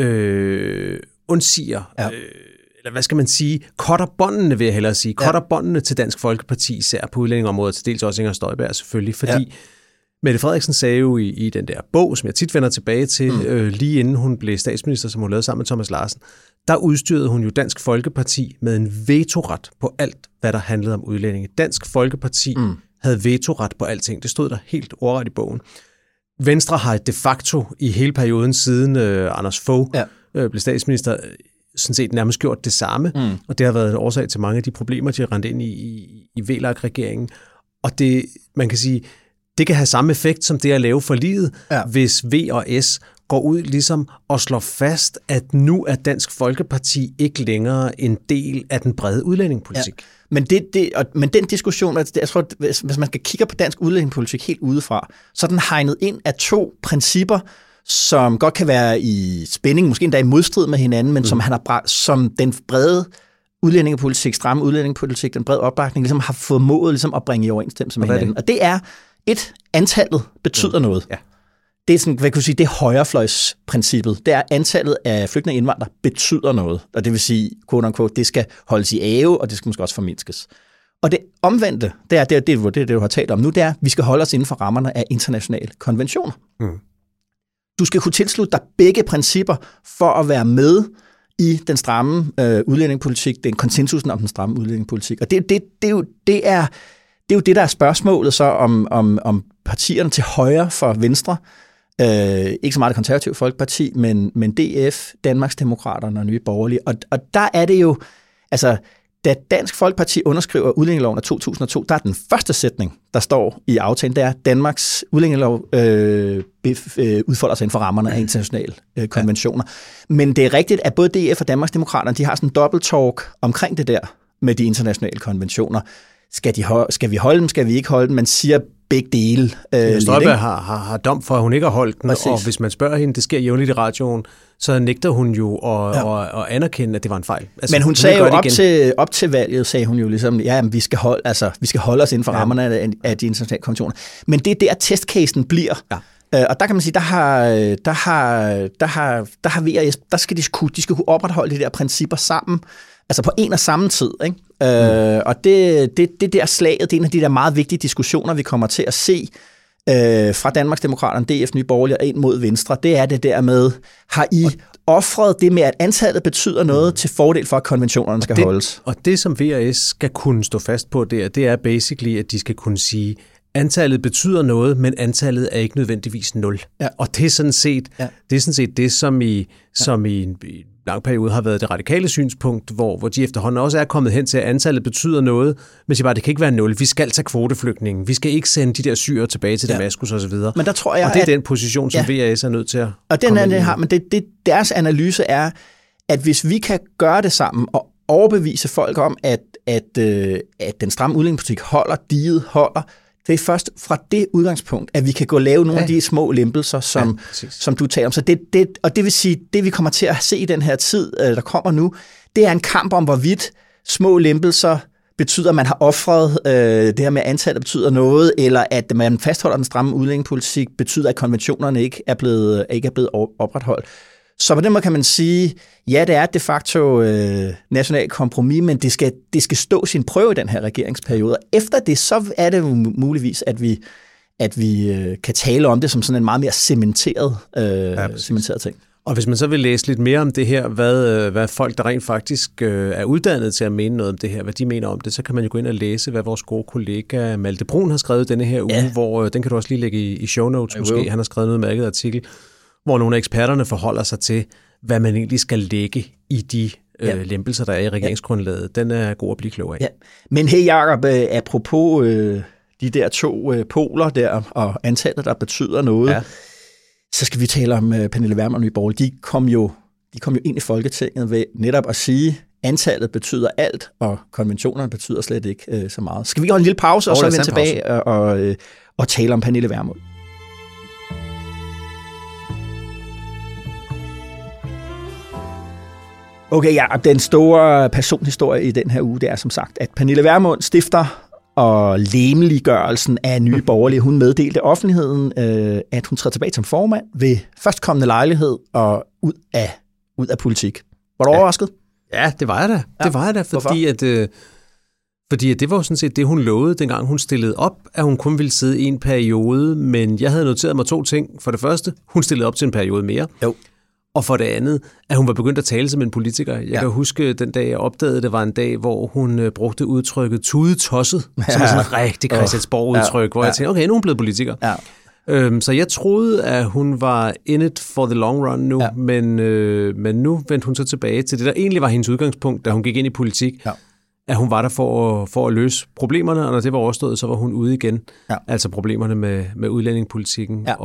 eller hvad skal man sige, cutter båndene, vil jeg hellere sige, cutter båndene til Dansk Folkeparti, især på udlændingeområdet, til dels også Inger Støjberg selvfølgelig, fordi Mette Frederiksen sagde jo i den der bog, som jeg tit vender tilbage til, lige inden hun blev statsminister, som hun lavede sammen med Thomas Larsen, der udstyrede hun jo Dansk Folkeparti med en vetoret på alt, hvad der handlede om udlændinge. Dansk Folkeparti havde vetoret på alting. Det stod der helt ordret i bogen. Venstre har de facto i hele perioden siden Anders Fogh blev statsminister, sådan set nærmest gjort det samme, og det har været en årsag til mange af de problemer, de har rendt ind i VLAK-regeringen. Og det, man kan sige, det kan have samme effekt som det at lave forliget, hvis V og S går ud ligesom og slår fast, at nu er Dansk Folkeparti ikke længere en del af den brede udlændingepolitik. Ja. Men den diskussion, jeg tror, hvis man skal kigge på dansk udlændingepolitik helt udefra, så er den hegnet ind af to principper, som godt kan være i spænding, måske endda i modstrid med hinanden, men som den brede udlændingepolitik, stramme udlændingepolitik, den brede opbakning, ligesom har formået ligesom at bringe i overensstemmelse med hinanden. Og det er, antallet betyder noget. Ja. Det er sådan, hvad kan jeg sige, det er højrefløjsprincippet. Det er, antallet af flygtninge og indvandrere betyder noget. Og det vil sige, quote unquote, det skal holdes i ave, og det skal måske også formindskes. Og det omvendte, det er det, du har talt om nu, det er, at vi skal holde os inden for rammerne af internationale konventioner. Du skal kunne tilslutte dig begge principper for at være med i den stramme udlændingepolitik, den konsensusen om den stramme udlændingepolitik. Og det er jo det, der er spørgsmålet så om partierne til højre for Venstre. Ikke så meget det konservative Folkeparti, men DF, Danmarksdemokraterne og Nye Borgerlige. Og der er det jo, altså, da Dansk Folkeparti underskriver udlændingeloven af 2002, der er den første sætning, der står i aftalen, det er, Danmarks udlændingelov udfolder sig inden for rammerne af internationale konventioner. Men det er rigtigt, at både DF og Danmarksdemokraterne, de har sådan en dobbelttalk omkring det der med de internationale konventioner. Skal vi holde dem, skal vi ikke holde dem? Man siger begge dele. Støjberg har dom for, at hun ikke har holdt den, og hvis man spørger hende, det sker jævnligt i radioen, så nægter hun jo at anerkende, at det var en fejl. Altså, men hun sagde jo op til valget, sagde hun jo ligesom, vi skal holde os inden for rammerne af de internationale konventioner. Men det er der testcasen bliver. Ja. Og der kan man sige, der har VRS, der skal de kunne opretholde de der principper sammen, altså på en og samme tid, ikke? Og det der slaget, det er en af de der meget vigtige diskussioner, vi kommer til at se fra Danmarksdemokraterne, DF, Nye Borgerlige og ind mod Venstre. Det er det der med, har I offret det med, at antallet betyder noget til fordel for, at konventionerne skal holdes? Og det, som VRS skal kunne stå fast på der, det er basically, at de skal kunne sige, antallet betyder noget, men antallet er ikke nødvendigvis 0. Ja. Og det er sådan set det, som i en lang periode har været det radikale synspunkt, hvor de efterhånden også er kommet hen til, at antallet betyder noget, men siger bare, det kan ikke være 0. Vi skal tage kvoteflygtninge. Vi skal ikke sende de der syrere tilbage til Damaskus osv. Men der tror jeg, og det er den position, som VRS er nødt til at og den er, har, men deres analyse er, at hvis vi kan gøre det sammen og overbevise folk om, at den stramme udlændingepolitik holder, det er først fra det udgangspunkt, at vi kan gå og lave nogle af de små lempelser, som du taler om. Så det vil sige, det vi kommer til at se i den her tid, der kommer nu, det er en kamp om, hvorvidt små lempelser betyder, at man har offret det her med antallet betyder noget, eller at man fastholder den stramme udlændingepolitik, betyder, at konventionerne ikke er blevet opretholdt. Så på den måde kan man sige, ja, det er de facto national kompromis, men det skal stå sin prøve i den her regeringsperiode. Efter det, så er det muligvis, at vi kan tale om det som sådan en meget mere cementeret ting. Og hvis man så vil læse lidt mere om det her, hvad folk, der rent faktisk er uddannet til at mene noget om det her, hvad de mener om det, så kan man jo gå ind og læse, hvad vores gode kollega Malte Brun har skrevet denne her uge, hvor den kan du også lige lægge i show notes måske. Han har skrevet noget mærket artikel, hvor nogle af eksperterne forholder sig til, hvad man egentlig skal lægge i de lempelser, der er i regeringsgrundlaget. Den er god at blive klog af. Ja. Men hey Jacob, apropos de der to poler der, og antallet, der betyder noget, så skal vi tale om Pernille Vermund og Nye Borgerlige. De kom jo ind i Folketinget ved netop at sige, antallet betyder alt, og konventionerne betyder slet ikke så meget. Skal vi holde en lille pause, og så vende tilbage og tale om Pernille Vermund? Okay, ja, den store personhistorie i den her uge, det er som sagt, at Pernille Vermund stifter og lemeliggørelsen af Nye Borgerlige. Hun meddelte offentligheden, at hun træder tilbage som formand ved førstkommende lejlighed og ud af politik. Var du overrasket? Ja, det var jeg da. Ja. Det var jeg da, fordi det var jo sådan set det, hun lovede, dengang hun stillede op, at hun kun ville sidde i en periode, men jeg havde noteret mig 2 ting. For det første, hun stillede op til en periode mere. Jo. Og for det andet, at hun var begyndt at tale som en politiker. Jeg kan huske, den dag jeg opdagede, det var en dag, hvor hun brugte udtrykket tudetosset, som er sådan et rigtig Christiansborg-udtryk, hvor jeg tænkte, okay, nu er hun blevet politiker. Ja. Så jeg troede, at hun var in it for the long run nu, men nu vendte hun så tilbage til det, der egentlig var hendes udgangspunkt, da hun gik ind i politik, at hun var der for at løse problemerne, og når det var overstået, så var hun ude igen. Ja. Altså problemerne med udlændingepolitikken. Ja.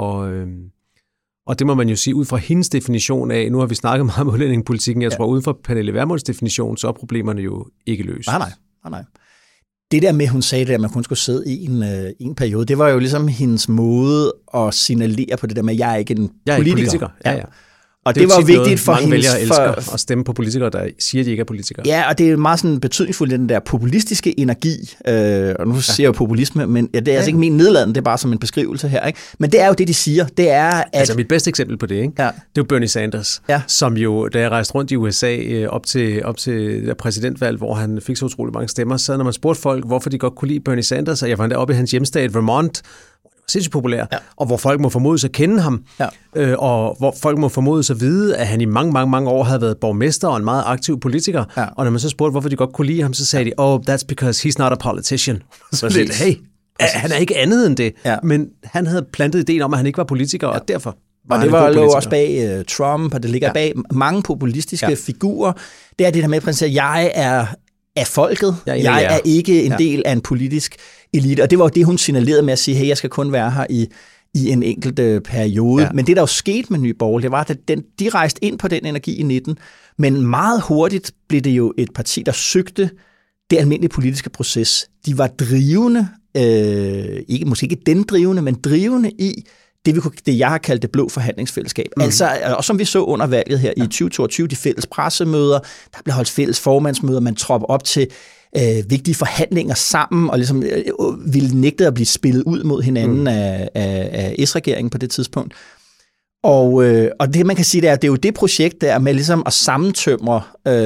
Og det må man jo sige, ud fra hendes definition af, nu har vi snakket meget om udlændingepolitikken, jeg tror, ud fra Pernille Vermunds definition, så er problemerne jo ikke løst. Nej. Det der med, hun sagde det, at man kun skulle sidde i en periode, det var jo ligesom hendes måde at signalere på det der med, at jeg er ikke en politiker. Ja. Og det var vigtigt for mange vælgere elsker at stemme på politikere, der siger, at de ikke er politikere. Ja, og det er meget sådan betydningsfuldt, den der populistiske energi. Og nu siger jeg jo populisme, men det er altså ikke min nedladende, det er bare som en beskrivelse her. Ikke? Men det er jo det, de siger. Det er, at... Altså mit bedste eksempel på det, ikke? Ja. Det er jo Bernie Sanders, som jo, da jeg rejste rundt i USA op til det præsidentvalg, hvor han fik så utrolig mange stemmer, så når man spurgte folk, hvorfor de godt kunne lide Bernie Sanders, og jeg var endda oppe i hans hjemstat, Vermont, sindssygt populær, og hvor folk må formodes at kende ham, og hvor folk må formodes at vide, at han i mange år havde været borgmester og en meget aktiv politiker, og når man så spurgte, hvorfor de godt kunne lide ham, så sagde de, that's because he's not a politician. Så lidt, han er ikke andet end det, men han havde plantet ideen om, at han ikke var politiker, og derfor var det var lå også bag Trump, og det ligger bag mange populistiske figurer. Det er det der med, at jeg er af folket, jeg er ikke en del af en politisk elite, og det var jo det, hun signalerede med at sige, hey, jeg skal kun være her i en enkelt periode. Ja. Men det, der jo skete med Nye Borgerlige, det var, at de rejste ind på den energi i 19, men meget hurtigt blev det jo et parti, der søgte det almindelige politiske proces. De var drivende, måske ikke den drivende, men drivende i det jeg har kaldt det blå forhandlingsfællesskab. Altså, og som vi så under valget her i 2022, de fælles pressemøder, der blev holdt fælles formandsmøder, man tropper op til vigtige forhandlinger sammen, og ligesom ville nægte at blive spillet ud mod hinanden af S-regeringen på det tidspunkt. Og det, man kan sige, det er jo det projekt der med ligesom at sammentømre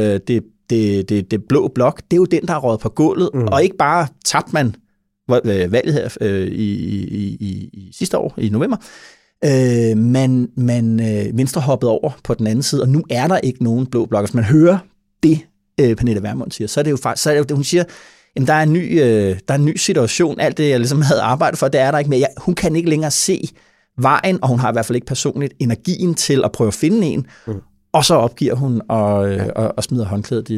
det blå blok, det er jo den, der er røget på gulvet, og ikke bare tabte man valget her i sidste år, i november, men Venstre hoppede over på den anden side, og nu er der ikke nogen blå blok. Hvis man hører det, Pernille Vermund siger, så er det jo faktisk, hun siger, jamen der er en ny situation, alt det, jeg ligesom havde arbejdet for, det er der ikke mere. Hun kan ikke længere se vejen, og hun har i hvert fald ikke personligt energien til at prøve at finde en, og så opgiver hun og smider håndklædet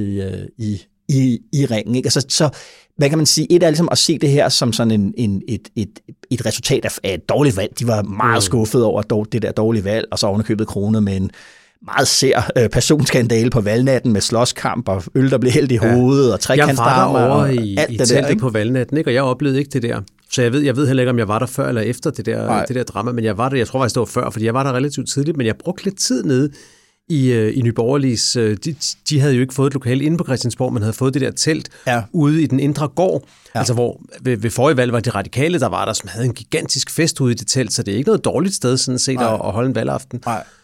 i ringen. Ikke? Altså, så hvad kan man sige? Et er ligesom at se det her som sådan et resultat af et dårligt valg. De var meget skuffede over det der dårlige valg, og så ovenikøbet kronet med en meget sær personskandale på valgnatten med slåskamp og øl, der blev hældt i hovedet og trekantsdarmer og alt det der. Jeg var der på valgnatten, ikke? Og jeg oplevede ikke det der. Så jeg ved heller ikke, om jeg var der før eller efter det der drama, men jeg var der. Jeg tror faktisk, det var før, fordi jeg var der relativt tidligt, men jeg brugte lidt tid nede i Nye Borgerliges. De havde jo ikke fået et lokale inde på Christiansborg, men havde fået det der telt ude i den indre gård. Ja. Altså hvor ved forrige valg var de radikale, der var der, som havde en gigantisk fest ude i det telt, så det er ikke noget dårligt sted sådan set at holde en valgaften.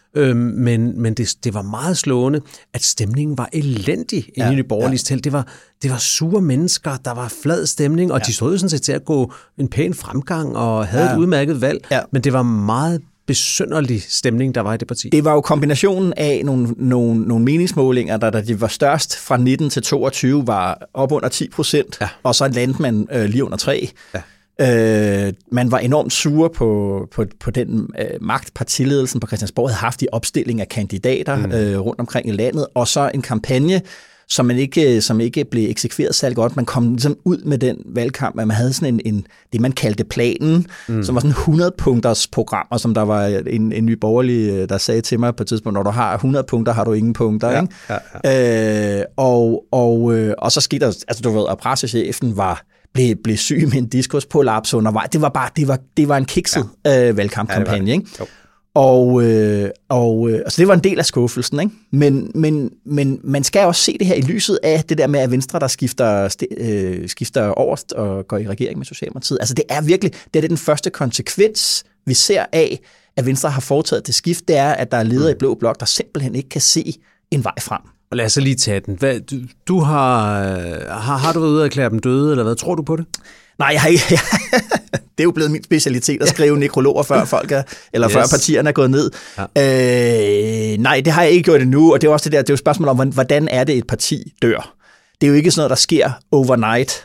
Men det var meget slående, at stemningen var elendig inde i Nye Borgerliges telt. Det var sure mennesker, der var flad stemning, og de stod jo sådan set til at gå en pæn fremgang og havde et udmærket valg, men det var meget besynderlig stemning, der var i det parti. Det var jo kombinationen af nogle meningsmålinger, der de var størst fra 19 til 22, var op under 10%, og så landte man lige under 3%. Ja. Man var enormt sure på den magt, partiledelsen på Christiansborg havde haft i opstilling af kandidater rundt omkring i landet, og så en kampagne, som ikke blev eksekveret særlig godt. Man kom ligesom ud med den valgkamp, at man havde sådan det, man kaldte planen, som var sådan 100-punkters programmer, som der var en ny borgerlig, der sagde til mig på et tidspunkt, når du har 100 punkter, har du ingen punkter. Ikke? Og så skete der, altså du ved, at pressechefen blev syg med en diskursprolaps undervejs. Det var en kikset valgkampkampagne, ikke? Og så det var en del af skuffelsen, ikke? Men man skal også se det her i lyset af det der med, at Venstre, der skifter overst og går i regering med Socialdemokratiet. Altså det er den første konsekvens, vi ser af, at Venstre har foretaget det skift, det er, at der er ledere i Blå Blok, der simpelthen ikke kan se en vej frem. Og lad os så lige tage den. Du har du været ude og erklære dem døde, eller hvad? Tror du på det? Nej, jeg har ikke. Det er jo blevet min specialitet at skrive nekrologer, før folk er, eller før partierne er gået ned. Ja. Nej, det har jeg ikke gjort endnu, og det er også det er jo et spørgsmål om, hvordan er det, et parti dør. Det er jo ikke sådan noget, der sker overnight,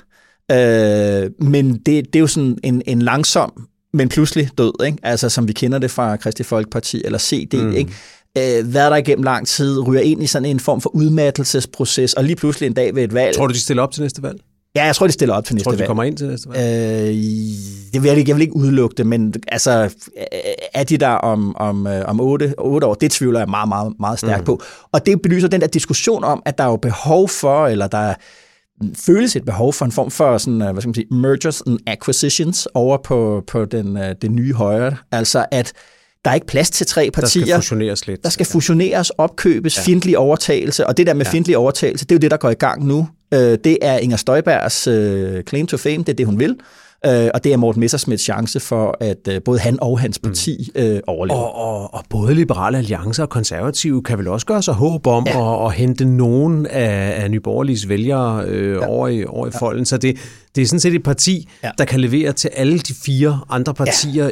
men det er jo sådan en langsom, men pludselig død, ikke? Altså som vi kender det fra Kristi Folkeparti eller CD, ikke? Været der igennem lang tid, ryger ind i sådan en form for udmattelsesproces, og lige pludselig en dag ved et valg. Tror du, de stiller op til næste valg? Ja, jeg tror, de stiller op til næste valg. Tror du, de kommer ind til næste valg? Jeg vil ikke udelukke det, men altså, er de der om 8 år? Det tvivler jeg meget, meget, meget stærkt på. Og det belyser den der diskussion om, at der er jo behov for, eller der føles et behov for en form for sådan, hvad skal man sige, mergers and acquisitions over på det nye højre. Altså, at der er ikke plads til 3 partier. Der skal fusioneres lidt. Der skal fusioneres, opkøbes, fjendtlig overtagelse, og det der med fjendtlig overtagelse, det er jo det, der går i gang nu. Det er Inger Støjbergs claim to fame, det er det, hun vil. Og det er Morten Messerschmidts chance for, at både han og hans parti overlever. Og både Liberale Alliance og Konservative kan vel også gøre sig håb om at hente nogen af Nye Borgerliges vælgere over i folden. Så det er sådan set et parti, der kan levere til alle de 4 andre partier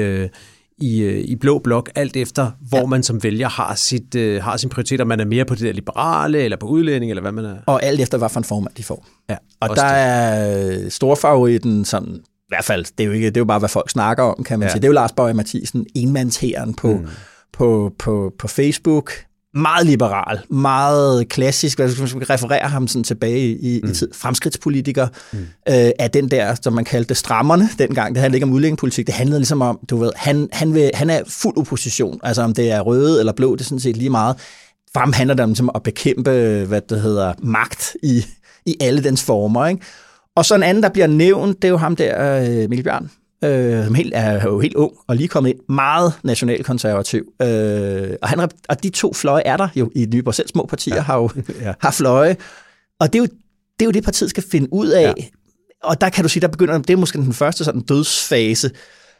i blå blok, alt efter, hvor man som vælger har sin prioriteter. Man er mere på det der liberale, eller på udlænding, eller hvad man er. Og alt efter, hvad for en formand de får. Ja, og der er storfavoritten, sådan, i hvert fald, det er jo bare, hvad folk snakker om, kan man sige. Det er jo Lars Boje Mathiesen, enmandshæren på Facebook. Meget liberal, meget klassisk, hvad skal man referere ham sådan tilbage i tid. Fremskridtspolitiker af den der, som man kaldte strammerne dengang. Det handlede ikke om udlændingepolitik, det handlede ligesom om, du ved, han er fuld opposition, altså om det er røde eller blå, det er sådan set lige meget. For ham handler det om ligesom at bekæmpe, magt i alle dens former, ikke? Og så en anden, der bliver nævnt, det er jo ham der, Mikkel Bjørn, som er jo helt ung og lige kommet ind, meget nationalkonservativ. Og de 2 fløje er der jo i Nyborg. Selv små partier har fløje. Og det er jo det, partiet skal finde ud af. Ja. Og der kan du sige, der begynder, det er måske den første sådan dødsfase.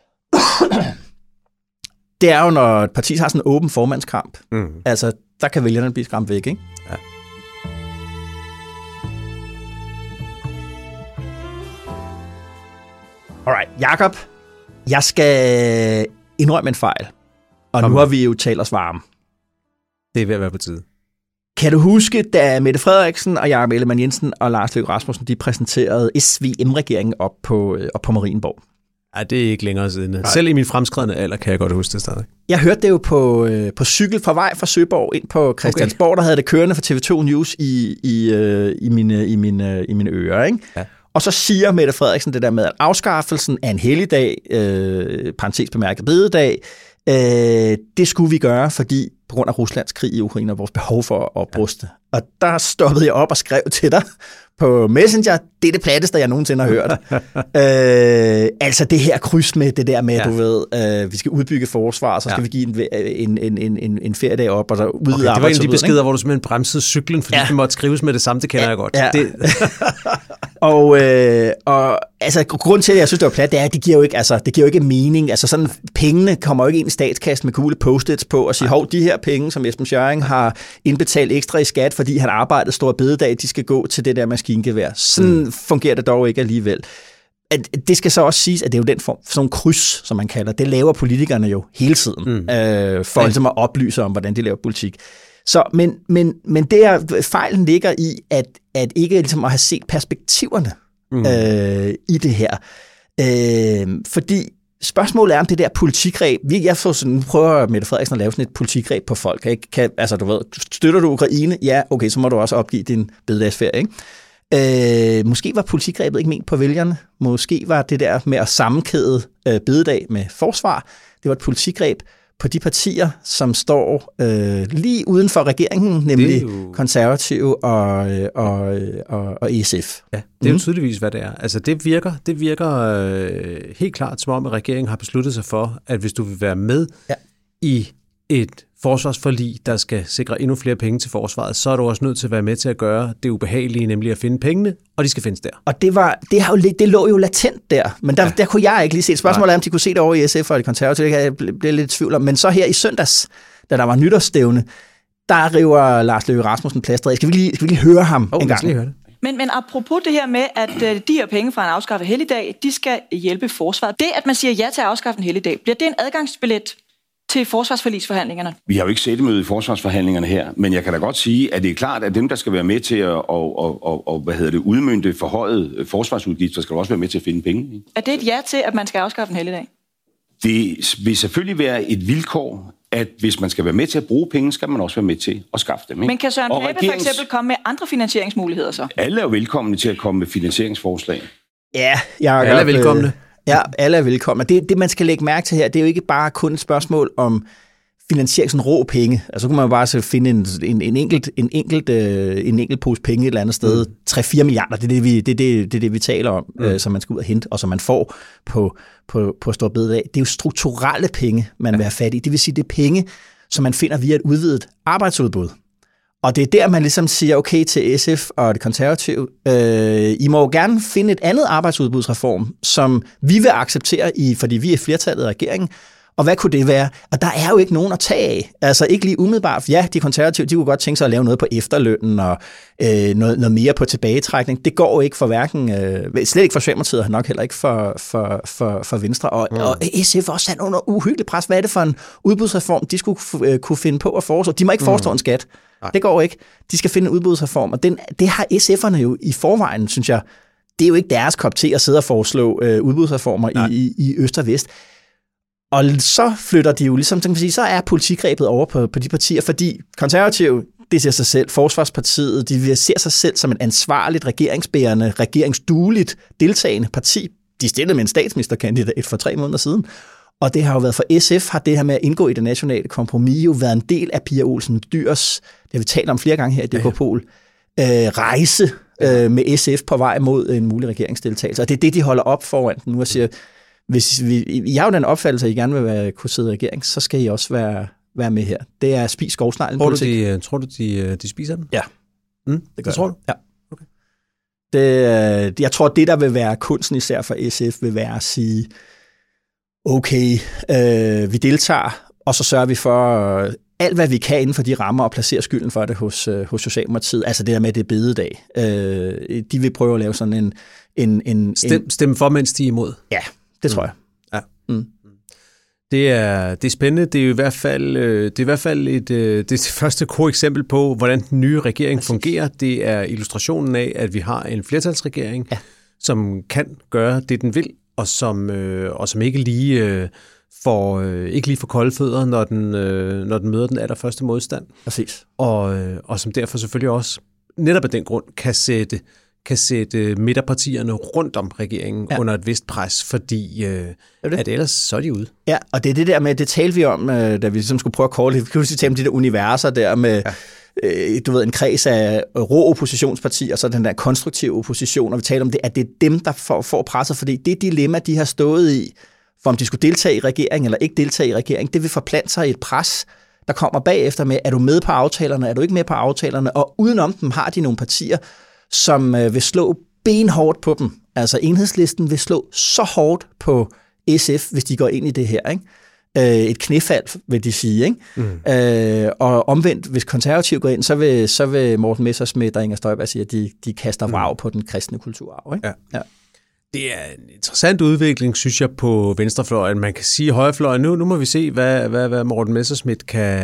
Det er jo, når et parti har sådan en åben formandskamp. Altså, der kan vælgerne blive skræmt væk, ikke? Ja. Alright, Jakob, jeg skal indrømme en fejl, og nu har vi jo talt os varme. Det er ved at være på tide. Kan du huske, da Mette Frederiksen og Jakob Ellemann-Jensen og Lars Løkke Rasmussen, de præsenterede SVM-regeringen op på Marienborg? Ja, det er ikke længere siden. Nej. Selv i min fremskredende alder kan jeg godt huske det stadig. Jeg hørte det jo på cykel fra vej fra Søborg ind på Christiansborg, der havde det kørende for TV2 News i mine ører, ikke? Ja. Og så siger Mette Frederiksen det der med, at afskaffelsen af en helligdag, parentes bemærket bededag, det skulle vi gøre, fordi på grund af Ruslands krig i Ukraine og vores behov for at opruste. Og der stoppede jeg op og skrev til dig på Messenger, det er det platteste, jeg nogensinde har hørt. Altså det her kryds med det der med, du ved, vi skal udbygge forsvar, så skal vi give en feriedag op, og så udvide det var en af de beskeder, hvor du simpelthen bremsede cyklen, fordi det måtte skrives med det samme, det kender jeg godt. Ja. Det. og altså, grunden til, at jeg synes, det var plat, det er, at det giver jo ikke mening. Altså sådan, pengene kommer jo ikke ind i statskassen med gule post-its på og sige, hov, de her penge, som Esben Schøring har indbetalt ekstra i skat, fordi han arbejdede stor bededag, de skal gå til det der maskingevær. Sådan fungerer det dog ikke alligevel. Det skal så også siges, at det er jo den form, sådan en kryds, som man kalder, det laver politikerne jo hele tiden, for ligesom at oplyse om, hvordan de laver politik. Så, men der fejlen ligger i, at ikke ligesom at have set perspektiverne i det her. Fordi spørgsmålet er om det der politikgreb. Nu prøver Mette Frederiksen at lave sådan et politikgreb på folk. Ikke? Altså, du ved, støtter du Ukraine? Ja, okay, så må du også opgive din bededagsferie, ikke? Måske var politikgrebet ikke ment på vælgerne. Måske var det der med at sammenkæde bededag med forsvar. Det var et politikgreb på de partier, som står lige uden for regeringen, nemlig Konservative og SF. Ja, det er jo tydeligvis, hvad det er. Altså, det virker helt klart, som om at regeringen har besluttet sig for, at hvis du vil være med i et forsvarsforlig, der skal sikre endnu flere penge til forsvaret, så er du også nødt til at være med til at gøre det ubehagelige, nemlig at finde pengene, og de skal findes der. Og det lå jo latent der, men der kunne jeg ikke lige se. Spørgsmålet er, om de kunne se det over i SF og de konservative, det kan jeg blive lidt i tvivl om. Men så her i søndags, da der var nytårsstævne, der river Lars Løkke Rasmussen plasteret. Skal vi lige høre ham en gang? Lige høre det. Men apropos det her med, at de her penge fra en afskaffet helligdag, de skal hjælpe forsvaret. Det, at man siger ja til at afskaffe en helligdag, bliver det en adgangsbillet til forsvarsforligsforhandlingerne? Vi har jo ikke sættemøde i forsvarsforhandlingerne her, men jeg kan da godt sige, at det er klart, at dem, der skal være med til at udmønte forhøjet forsvarsudgifter, skal også være med til at finde penge. Ikke? Er det et ja til, at man skal afskaffe en helligdag? Det vil selvfølgelig være et vilkår, at hvis man skal være med til at bruge penge, skal man også være med til at skaffe dem. Ikke? Men kan Søren Pape for eksempel komme med andre finansieringsmuligheder så? Alle er jo velkomne til at komme med finansieringsforslag. Ja, alle er velkomne. Ja, alle er velkomne. Det, man skal lægge mærke til her, det er jo ikke bare kun et spørgsmål om finansiering, sådan rå penge. Altså, så kunne man jo bare så finde en enkelt pose penge et eller andet sted. 3-4 milliarder, det er det, vi taler om, som man skal ud og hente, og som man får på Store Bededag. Det er jo strukturelle penge, man vil have fat i. Det vil sige, det er penge, som man finder via et udvidet arbejdsudbud. Og det er der, man ligesom siger, okay til SF og det konservative, I må jo gerne finde et andet arbejdsudbudsreform, som vi vil acceptere, fordi vi er flertallet af regeringen. Og hvad kunne det være? Og der er jo ikke nogen at tage af. Altså ikke lige umiddelbart. Ja, de konservative, de kunne godt tænke sig at lave noget på efterlønnen og noget mere på tilbagetrækning. Det går jo ikke for hverken, slet ikke for Socialdemokratiet, og nok heller ikke for Venstre. Og SF også sat under uhyggelig pres. Hvad er det for en udbudsreform, de skulle kunne finde på at foreslå? De må ikke foreslå en skat. Nej. Det går ikke. De skal finde en udbudsreform. Og det har SF'erne jo i forvejen, synes jeg. Det er jo ikke deres kop til at sidde og foreslå udbudsreformer i øst og vest. Og så flytter de jo ligesom, så er politikrebet over på de partier, fordi konservative, det ser sig selv, Forsvarspartiet, de ser sig selv som et ansvarligt, regeringsbærende, regeringsdueligt, deltagende parti. De stillede med en statsministerkandidat for 3 måneder siden. Og det har jo været for SF, har det her med at indgå i det nationale kompromis jo været en del af Pia Olsen Dyhrs, det har vi talt om flere gange her i DK-Pol, rejse med SF på vej mod en mulig regeringsdeltagelse. Og det er det, de holder op foran nu og siger, hvis I har jo den opfattelse, at I gerne vil kunne sidde i regering, så skal I også være med her. Det er spis skovsneglen politik. Tror du, de spiser den? Ja. Det tror du? Ja. Okay. Jeg tror, det der vil være kunsten især for SF, vil være at sige, okay, vi deltager, og så sørger vi for alt, hvad vi kan inden for de rammer, og placere skylden for det hos Socialdemokratiet. Altså det der med, det er bededag. De vil prøve at lave sådan en Stemme for, mens de er imod. Ja, det tror jeg. Ja. Det er spændende. Det er i hvert fald det første gode eksempel på, hvordan den nye regering fungerer. Det er illustrationen af, at vi har en flertalsregering, som kan gøre det, den vil, og som ikke lige får kolde fødder, når den møder den allerførste modstand. Præcis. Og som derfor selvfølgelig også netop af den grund kan sætte midterpartierne rundt om regeringen under et vist pres, fordi at ellers så er de ude. Ja, og det er det der med, det talte vi om, da vi ligesom skulle prøve at korte, vi kan jo tale om de der universer der med, en kreds af rå oppositionspartier, og så den der konstruktive opposition, og vi taler om det, at det er dem, der får presset, fordi det dilemma, de har stået i, for om de skulle deltage i regeringen eller ikke deltage i regeringen, det vil forplante sig i et pres, der kommer bagefter med, er du med på aftalerne, er du ikke med på aftalerne, og udenom dem har de nogle partier, som vil slå benhårdt på dem. Altså Enhedslisten vil slå så hårdt på SF, hvis de går ind i det her, ikke? Et knæfald, vil de sige, ikke? Og omvendt, hvis konservative går ind, så vil Morten Messerschmidt og Inger Støjberg sige, at de kaster vrag på den kristne kulturarv, ikke? Ja. Det er en interessant udvikling, synes jeg, på venstrefløjen. Man kan sige højrefløjen. Nu må vi se, hvad Morten Messerschmidt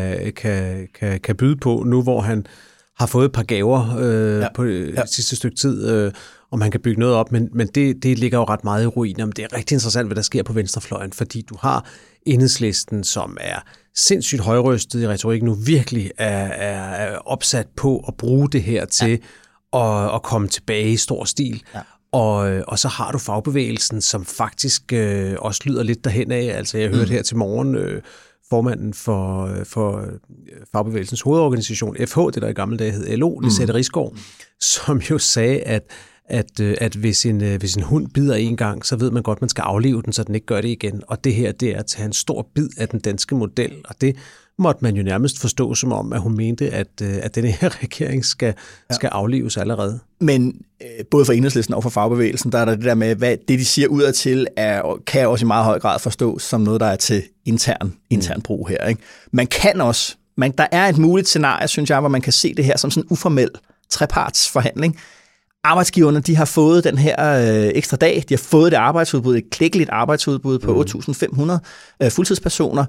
kan byde på, nu hvor han har fået et par gaver på sidste stykke tid, om han kan bygge noget op, men det ligger jo ret meget i ruiner. Men det er rigtig interessant, hvad der sker på venstrefløjen, fordi du har Enhedslisten, som er sindssygt højrøstet i retorikken, nu virkelig er opsat på at bruge det her til at komme tilbage i stor stil. Ja. Og så har du fagbevægelsen, som faktisk også lyder lidt derhen af. Altså jeg hørte her til morgen formanden for fagbevægelsens hovedorganisation, FH, det der i gamle dage hed LO, Lisette Risgaard, som jo sagde, at hvis en hund bider en gang, så ved man godt, man skal aflive den, så den ikke gør det igen. Og det her, det er at tage en stor bid af den danske model, og det måtte man jo nærmest forstå som om, at hun mente, at den her regering skal aflives allerede. Men både for Enhedslisten og for fagbevægelsen, der er der det der med, hvad det de siger udadtil, kan også i meget høj grad forstås som noget, der er til intern brug her. Ikke? Man kan også, der er et muligt scenarie, synes jeg, hvor man kan se det her som sådan en uformel trepartsforhandling. arbejdsgiverne, de har fået den her ekstra dag, de har fået det arbejdsudbud, et klækkeligt arbejdsudbud på 8.500 fuldtidspersoner.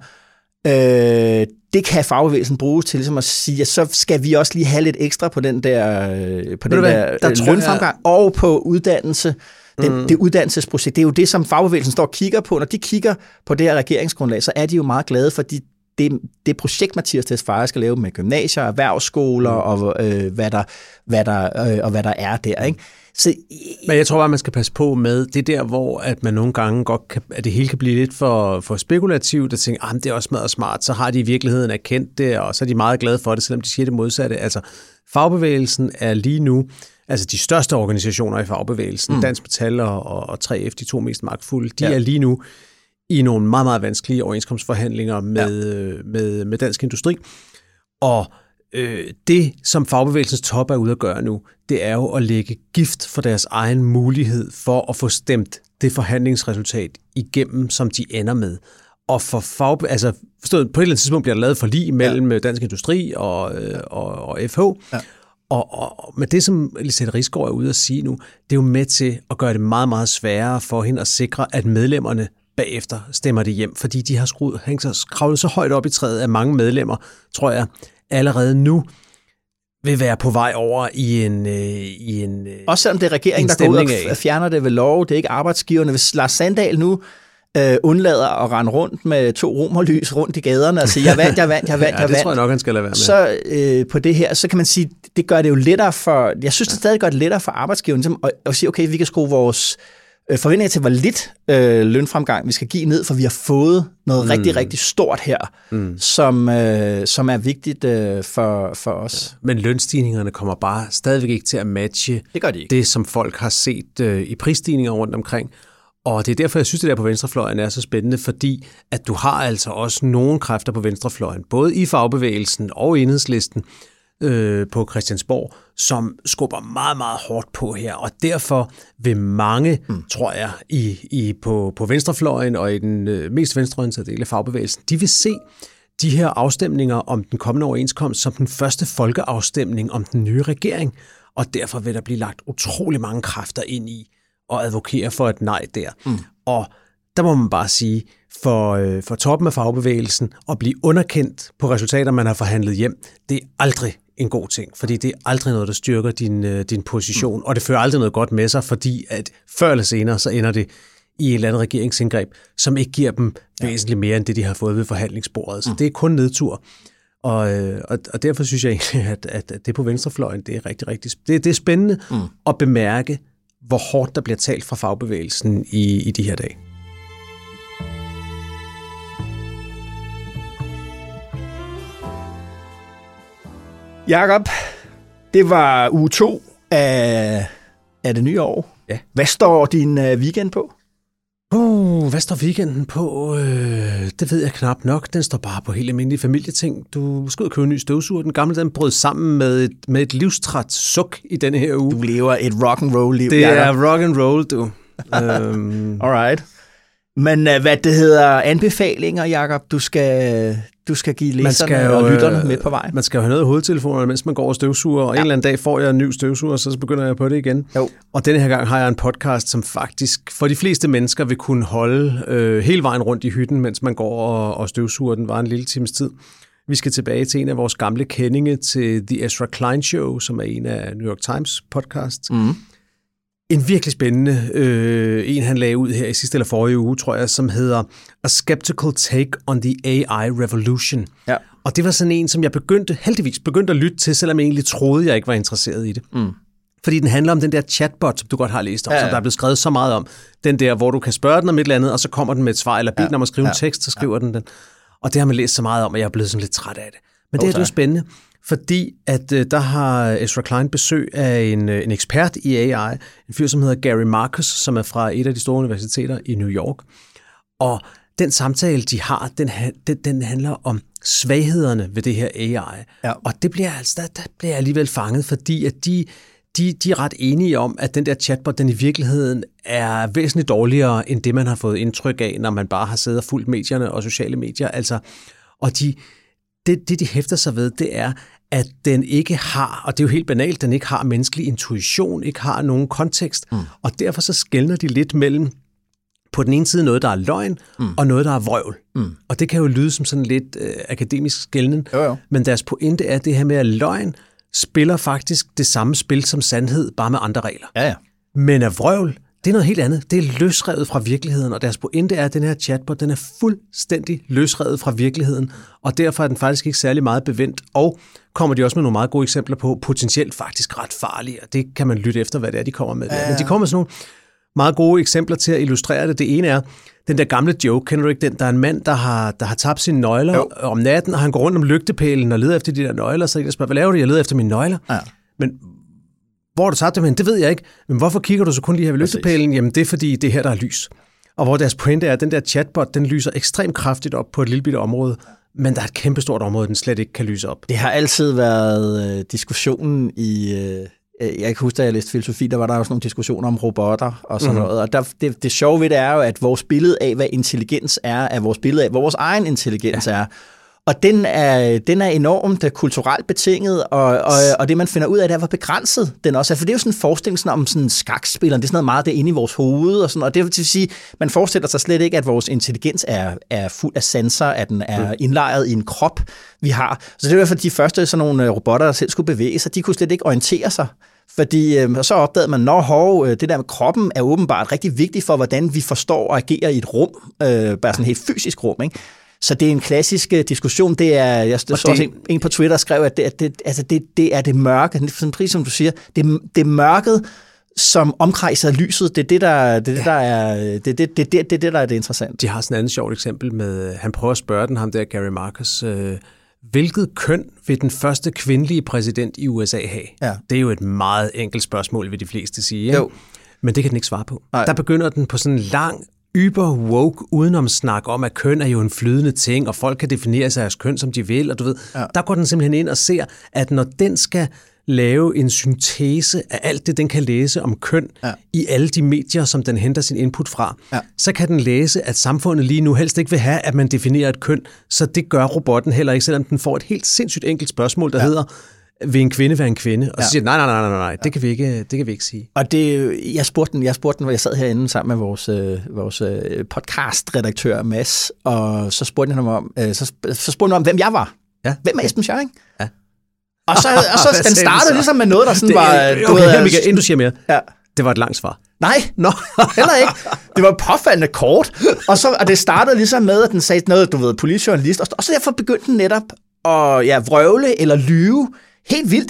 Det kan fagbevægelsen bruges til ligesom at sige, at så skal vi også lige have lidt ekstra på den der, lønfremgang og på uddannelse. Det uddannelsesprojekt, det er jo det, som fagbevægelsen står og kigger på. Når de kigger på det her regeringsgrundlag, så er de jo meget glade, fordi det projekt, Mathias Tesfaye skal lave med gymnasier, erhvervsskoler og hvad der er der, ikke? Så, men jeg tror bare, man skal passe på med det der, hvor at man nogle gange godt kan, at det hele kan blive lidt for spekulativt, og tænke, det er også meget smart, så har de i virkeligheden erkendt det, og så er de meget glade for det, selvom de siger det modsatte. Altså, fagbevægelsen er lige nu, altså de største organisationer i fagbevægelsen, Dansk Metal og 3F, de to mest magtfulde, de er lige nu i nogle meget, meget vanskelige overenskomstforhandlinger med Dansk Industri. Og det, som fagbevægelsens top er ude at gøre nu, det er jo at lægge gift for deres egen mulighed for at få stemt det forhandlingsresultat igennem, som de ender med. Og for forstået, på et eller andet tidspunkt bliver der lavet forlig mellem Dansk Industri og FH. Ja. Og med det, som Lizette Risgaard er ude at sige nu, det er jo med til at gøre det meget, meget sværere for hende at sikre, at medlemmerne bagefter stemmer det hjem, fordi de har kravlet så højt op i træet, at mange medlemmer, tror jeg, allerede nu vil være på vej over i en også selvom det er regeringen, der går ud og fjerner det ved lov, det er ikke arbejdsgiverne. Hvis Lars Sandahl nu undlader at rende rundt med 2 romerlys rundt i gaderne og sige, jeg vandt. Det tror jeg nok, han skal lade være med. Så på det her, så kan man sige, det gør det jo lettere for, jeg synes det stadig gør det lettere for arbejdsgiverne at sige, okay, vi kan skrue vores forventninger til, hvor lidt lønfremgang vi skal give ned, for vi har fået noget rigtig, rigtig stort her, som er vigtigt for os. Men lønstigningerne kommer bare stadigvæk ikke til at matche det, som folk har set i prisstigninger rundt omkring. Og det er derfor, jeg synes, det der på venstrefløjen er så spændende, fordi at du har altså også nogle kræfter på venstrefløjen, både i fagbevægelsen og Enhedslisten på Christiansborg, som skubber meget, meget hårdt på her. Og derfor vil mange, tror jeg, på venstrefløjen og i den mest venstreorienterede del af fagbevægelsen, de vil se de her afstemninger om den kommende overenskomst som den første folkeafstemning om den nye regering. Og derfor vil der blive lagt utrolig mange kræfter ind i og advokere for et nej der. Og der må man bare sige, for toppen af fagbevægelsen at blive underkendt på resultater, man har forhandlet hjem, det er aldrig en god ting, fordi det er aldrig noget, der styrker din position, og det fører aldrig noget godt med sig, fordi at før eller senere, så ender det i et eller andet regeringsindgreb, som ikke giver dem væsentligt mere, end det, de har fået ved forhandlingsbordet. Så det er kun nedtur. Og derfor synes jeg egentlig, at det på venstrefløjen, det er rigtig, rigtig det er spændende at bemærke, hvor hårdt der bliver talt fra fagbevægelsen i de her dage. Jakob, det var uge 2 af det nye år. Ja. Hvad står din weekend på? Hvad står weekenden på? Det ved jeg knap nok. Den står bare på helt almindelige familieting. Du skal ud og købe en ny støvsuger. Den gamle, den brød sammen med et livstræt suk i denne her uge. Du lever et rock and roll liv. Det er rock and roll, du. Alright. Men hvad det hedder anbefalinger, Jakob, du skal give læserne og lytterne med på vejen. Man skal jo have noget i hovedtelefonerne, mens man går og støvsuger, og en eller anden dag får jeg en ny støvsuger, så begynder jeg på det igen. Jo. Og denne her gang har jeg en podcast, som faktisk for de fleste mennesker vil kunne holde hele vejen rundt i hytten, mens man går og støvsuger. Den var en lille times tid. Vi skal tilbage til en af vores gamle kendinge til The Ezra Klein Show, som er en af New York Times podcasts. En virkelig spændende en, han lagde ud her i sidste eller forrige uge, tror jeg, som hedder A Skeptical Take on the AI Revolution. Ja. Og det var sådan en, som jeg heldigvis begyndte at lytte til, selvom jeg egentlig troede, jeg ikke var interesseret i det. Fordi den handler om den der chatbot, som du godt har læst om, som der er blevet skrevet så meget om. Den der, hvor du kan spørge den om et eller andet, og så kommer den med et svar, eller beder den om at skrive en tekst, så skriver den. Og det har man læst så meget om, at jeg er blevet sådan lidt træt af det. Men det er jo spændende, fordi at der har Ezra Klein besøg af en ekspert i AI, en fyr, som hedder Gary Marcus, som er fra et af de store universiteter i New York. Og den samtale, de har, den handler om svaghederne ved det her AI. Ja. Og det bliver der bliver jeg alligevel fanget, fordi at de er ret enige om, at den der chatbot, den i virkeligheden er væsentligt dårligere, end det, man har fået indtryk af, når man bare har siddet og fulgt medierne og sociale medier. Altså, og det, de hæfter sig ved, det er, at den ikke har, og det er jo helt banalt, den ikke har menneskelig intuition, ikke har nogen kontekst, og derfor så skelner de lidt mellem på den ene side noget, der er løgn, og noget, der er vrøvl. Og det kan jo lyde som sådan lidt akademisk skelnen, men deres pointe er det her med, at løgn spiller faktisk det samme spil som sandhed, bare med andre regler. Ja. Men at vrøvl, det er noget helt andet. Det er løsrevet fra virkeligheden, og deres pointe er, at den her chatbot, den er fuldstændig løsrevet fra virkeligheden, og derfor er den faktisk ikke særlig meget bevendt, og kommer de også med nogle meget gode eksempler på potentielt faktisk ret farlige, og det kan man lytte efter, hvad det er, de kommer med. Men de kommer med sådan nogle meget gode eksempler til at illustrere det. Det ene er den der gamle joke, kender du ikke den? Der er en mand, der har tabt sine nøgler om natten, og han går rundt om lygtepælen og leder efter de der nøgler, så jeg spørger, hvad laver du? Jeg leder efter mine nøgler. Ja. Men hvor har du tabt dem hen? Det ved jeg ikke. Men hvorfor kigger du så kun lige her ved lygtepælen? Jamen det er fordi, det er her, der er lys. Og hvor deres pointe er, at den der chatbot, den lyser ekstremt kraftigt op på et lille bitte område, men der er et kæmpestort område, den slet ikke kan lyse op. Det har altid været diskussionen i... Jeg kan huske, da jeg læste filosofi, der var der også nogle diskussioner om robotter og sådan noget. Og det sjove ved det er jo, at vores billede af, hvad intelligens er vores billede af, hvad vores egen intelligens er. Og den er enormt kulturelt betinget, og det man finder ud af, det er, hvor begrænset den også er. For det er jo sådan en forestilling sådan om sådan skakspilleren, det er sådan noget meget der inde i vores hoved, og sådan, og det vil sige, man forestiller sig slet ikke, at vores intelligens er fuld af sanser, at den er indlejret i en krop, vi har. Så det er derfor, de første sådan nogle robotter, der selv skulle bevæge sig, de kunne slet ikke orientere sig. Fordi så opdagede man, det der med kroppen er åbenbart rigtig vigtigt for, hvordan vi forstår og agerer i et rum, bare sådan et helt fysisk rum, ikke? Så det er en klassisk diskussion. Det er, jeg så også en på Twitter skrev, at det er det mørke, præcis som du siger, det er mørket, som omkredser lyset. Det er det, der er det interessante. De har sådan et andet sjovt eksempel med, han prøver at spørge ham der, Gary Marcus, hvilket køn vil den første kvindelige præsident i USA have? Ja. Det er jo et meget enkelt spørgsmål, vil de fleste sige. Ikke? Jo. Men det kan den ikke svare på. Nej. Der begynder den på sådan en lang, woke udenom snak om, at køn er jo en flydende ting, og folk kan definere sig as køn, som de vil, og du ved, der går den simpelthen ind og ser, at når den skal lave en syntese af alt det, den kan læse om køn i alle de medier, som den henter sin input fra, så kan den læse, at samfundet lige nu helst ikke vil have, at man definerer et køn, så det gør robotten heller ikke, selvom den får et helt sindssygt enkelt spørgsmål, der hedder, vil en kvinde være en kvinde? Og så siger den, nej, det kan vi ikke sige. Og jeg spurgte den, hvor jeg sad herinde sammen med vores podcast-redaktør, Mads, og så spurgte han om, hvem jeg var. Ja. Hvem er Esben Schøring? Ja. Og så den startede ligesom med noget, der sådan var... Inden du siger mere. Ja. Det var et langt svar. Nej, heller ikke. Det var påfaldende kort. Og det startede ligesom med, at den sagde noget, du ved, politijournalist, og så derfor begyndte den netop at vrøvle eller lyve. Helt vildt.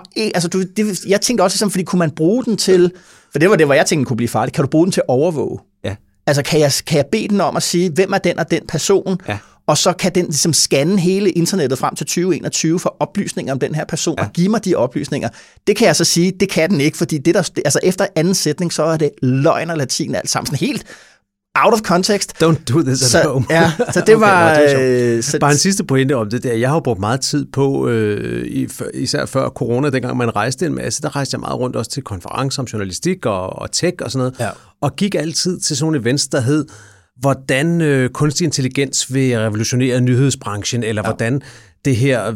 Jeg tænkte også ligesom, fordi kunne man bruge den til, for det var det, hvor jeg tænkte kunne blive farligt, kan du bruge den til at overvåge? Ja. Altså kan jeg bede den om at sige, hvem er den og den person, og så kan den ligesom scanne hele internettet frem til 2021 for oplysninger om den her person, og give mig de oplysninger. Det kan jeg så sige, det kan den ikke, fordi efter anden sætning, så er det løgn og latin alt sammen. Sådan helt out of context. Don't do this at home. Ja, så det var... Bare en sidste pointe om det der. Jeg har brugt meget tid på, især før corona, dengang man rejste en masse, der rejste jeg meget rundt også til konferencer om journalistik og tech og sådan noget, og gik altid til sådan nogle events, der hed, hvordan kunstig intelligens vil revolutionere nyhedsbranchen, eller hvordan det her,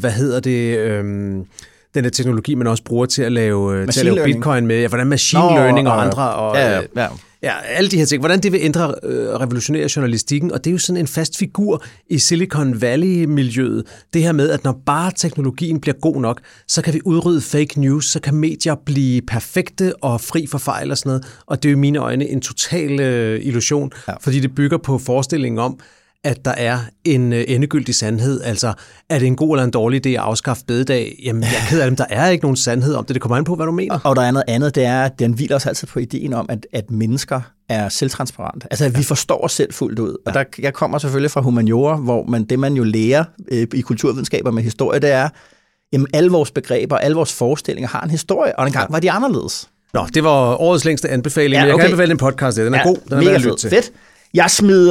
den der teknologi, man også bruger til at lave bitcoin med, hvordan machine learning og andre, alle de her ting, hvordan det vil ændre revolutionere journalistikken, og det er jo sådan en fast figur i Silicon Valley-miljøet, det her med, at når bare teknologien bliver god nok, så kan vi udrydde fake news, så kan medier blive perfekte og fri for fejl og sådan noget, og det er jo i mine øjne en total illusion, fordi det bygger på forestillingen om, at der er en endegyldig sandhed. Altså, er det en god eller en dårlig idé at afskaffe bededag? Jamen, jeg er ked af dem. Der er ikke nogen sandhed om det. Det kommer an på, hvad du mener. Og der er noget andet, det er, at den hviler også altid på ideen om, at mennesker er selvtransparente. Altså, at vi forstår os selv fuldt ud. Og jeg kommer selvfølgelig fra humaniora, hvor det, man jo lærer i kulturvidenskaber med historie, det er, jamen, alle vores begreber, alle vores forestillinger har en historie, og engang var de anderledes. Nå, det var årets længste anbefaling. Jeg kan anbefale en podcast. Den er god. Den er mega fed. Fedt. Jeg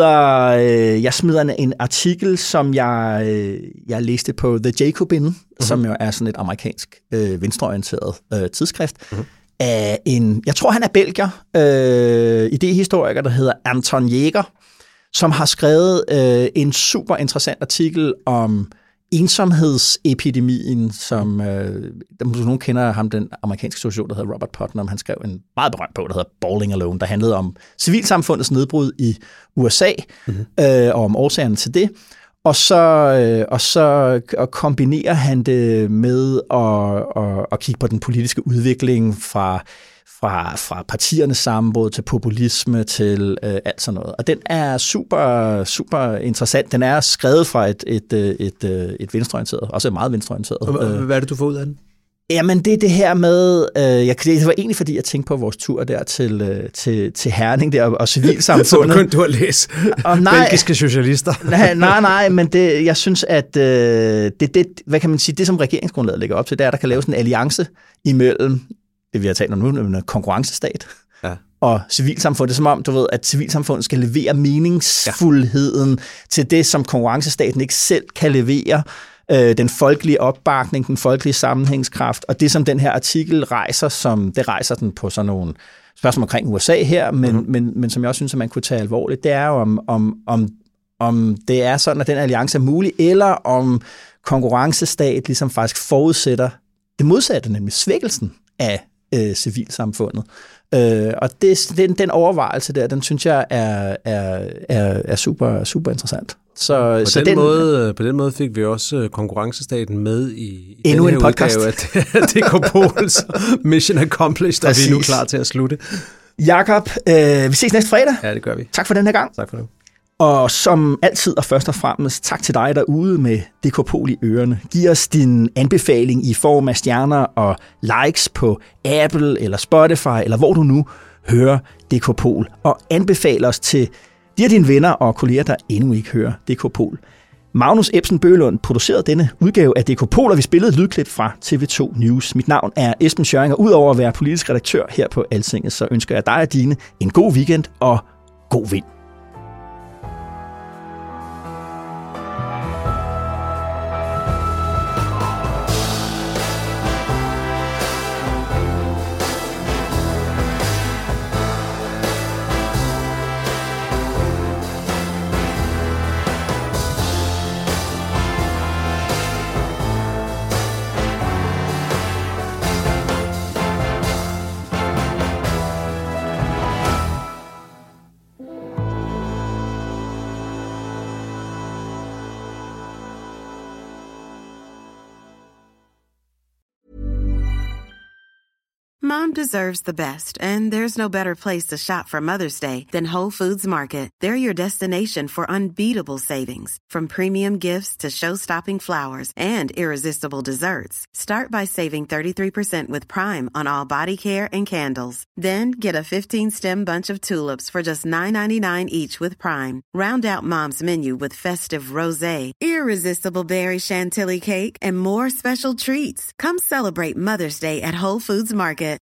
smider en artikel, som jeg læste på The Jacobin, som jo er sådan et amerikansk venstreorienteret tidsskrift, af jeg tror han er belgier, idehistoriker, der hedder Anton Jäger, som har skrevet en super interessant artikel om ensomhedsepidemien, som nogen kender ham, den amerikanske sociolog, der hedder Robert Putnam. Han skrev en meget berømt bog, der hedder Bowling Alone, der handlede om civilsamfundets nedbrud i USA, og om årsagerne til det. Og så kombinerer han det med at kigge på den politiske udvikling fra partiernes sammenbrud til populisme til alt sådan noget. Og den er super, super interessant. Den er skrevet fra et venstreorienteret, også meget venstreorienteret. Hvad er det, du får ud af den? Jamen, det er det her med, det var egentlig, fordi jeg tænkte på vores tur der til Herning der, og civilsamfundet. Så begyndte du at læse belgiske socialister. nej, men jeg synes, at hvad kan man sige, det som regeringsgrundlaget lægger op til, det er, at der kan laves en alliance imellem, det vi har talt om nu, en konkurrencestat, og civilsamfundet. Det er som om, du ved, at civilsamfundet skal levere meningsfuldheden til det, som konkurrencestaten ikke selv kan levere. Den folkelige opbakning, den folkelige sammenhængskraft, og det, som den her artikel rejser den på sådan nogle spørgsmål omkring USA her, men som jeg også synes, at man kunne tage alvorligt, det er jo, om det er sådan, at den alliance er mulig, eller om konkurrencestat ligesom faktisk forudsætter det modsatte, nemlig svækkelsen af civilsamfundet. Og den overvejelse der, den synes jeg er super, super interessant. På den måde fik vi også konkurrencestaten med i endnu en podcast af DK-Pols Mission Accomplished, og vi er nu klar til at slutte. Jakob, vi ses næste fredag. Ja, det gør vi. Tak for den her gang. Tak for det. Og som altid og først og fremmest, tak til dig derude med DK-Pol i ørerne. Giv os din anbefaling i form af stjerner og likes på Apple eller Spotify, eller hvor du nu hører DK-Pol. Og anbefal os til de af dine venner og kolleger, der endnu ikke hører DK-Pol. Magnus Ebsen Bøgelund producerede denne udgave af DK-Pol, og vi spillede et lydklip fra TV2 News. Mit navn er Esben Schøring, og udover at være politisk redaktør her på Altinget, så ønsker jeg dig og dine en god weekend og god vind. Mom deserves the best, and there's no better place to shop for Mother's Day than Whole Foods Market. They're your destination for unbeatable savings, from premium gifts to show-stopping flowers and irresistible desserts. Start by saving 33% with Prime on all body care and candles. Then get a 15-stem bunch of tulips for just $9.99 each with Prime. Round out Mom's menu with festive rosé, irresistible berry chantilly cake, and more special treats. Come celebrate Mother's Day at Whole Foods Market.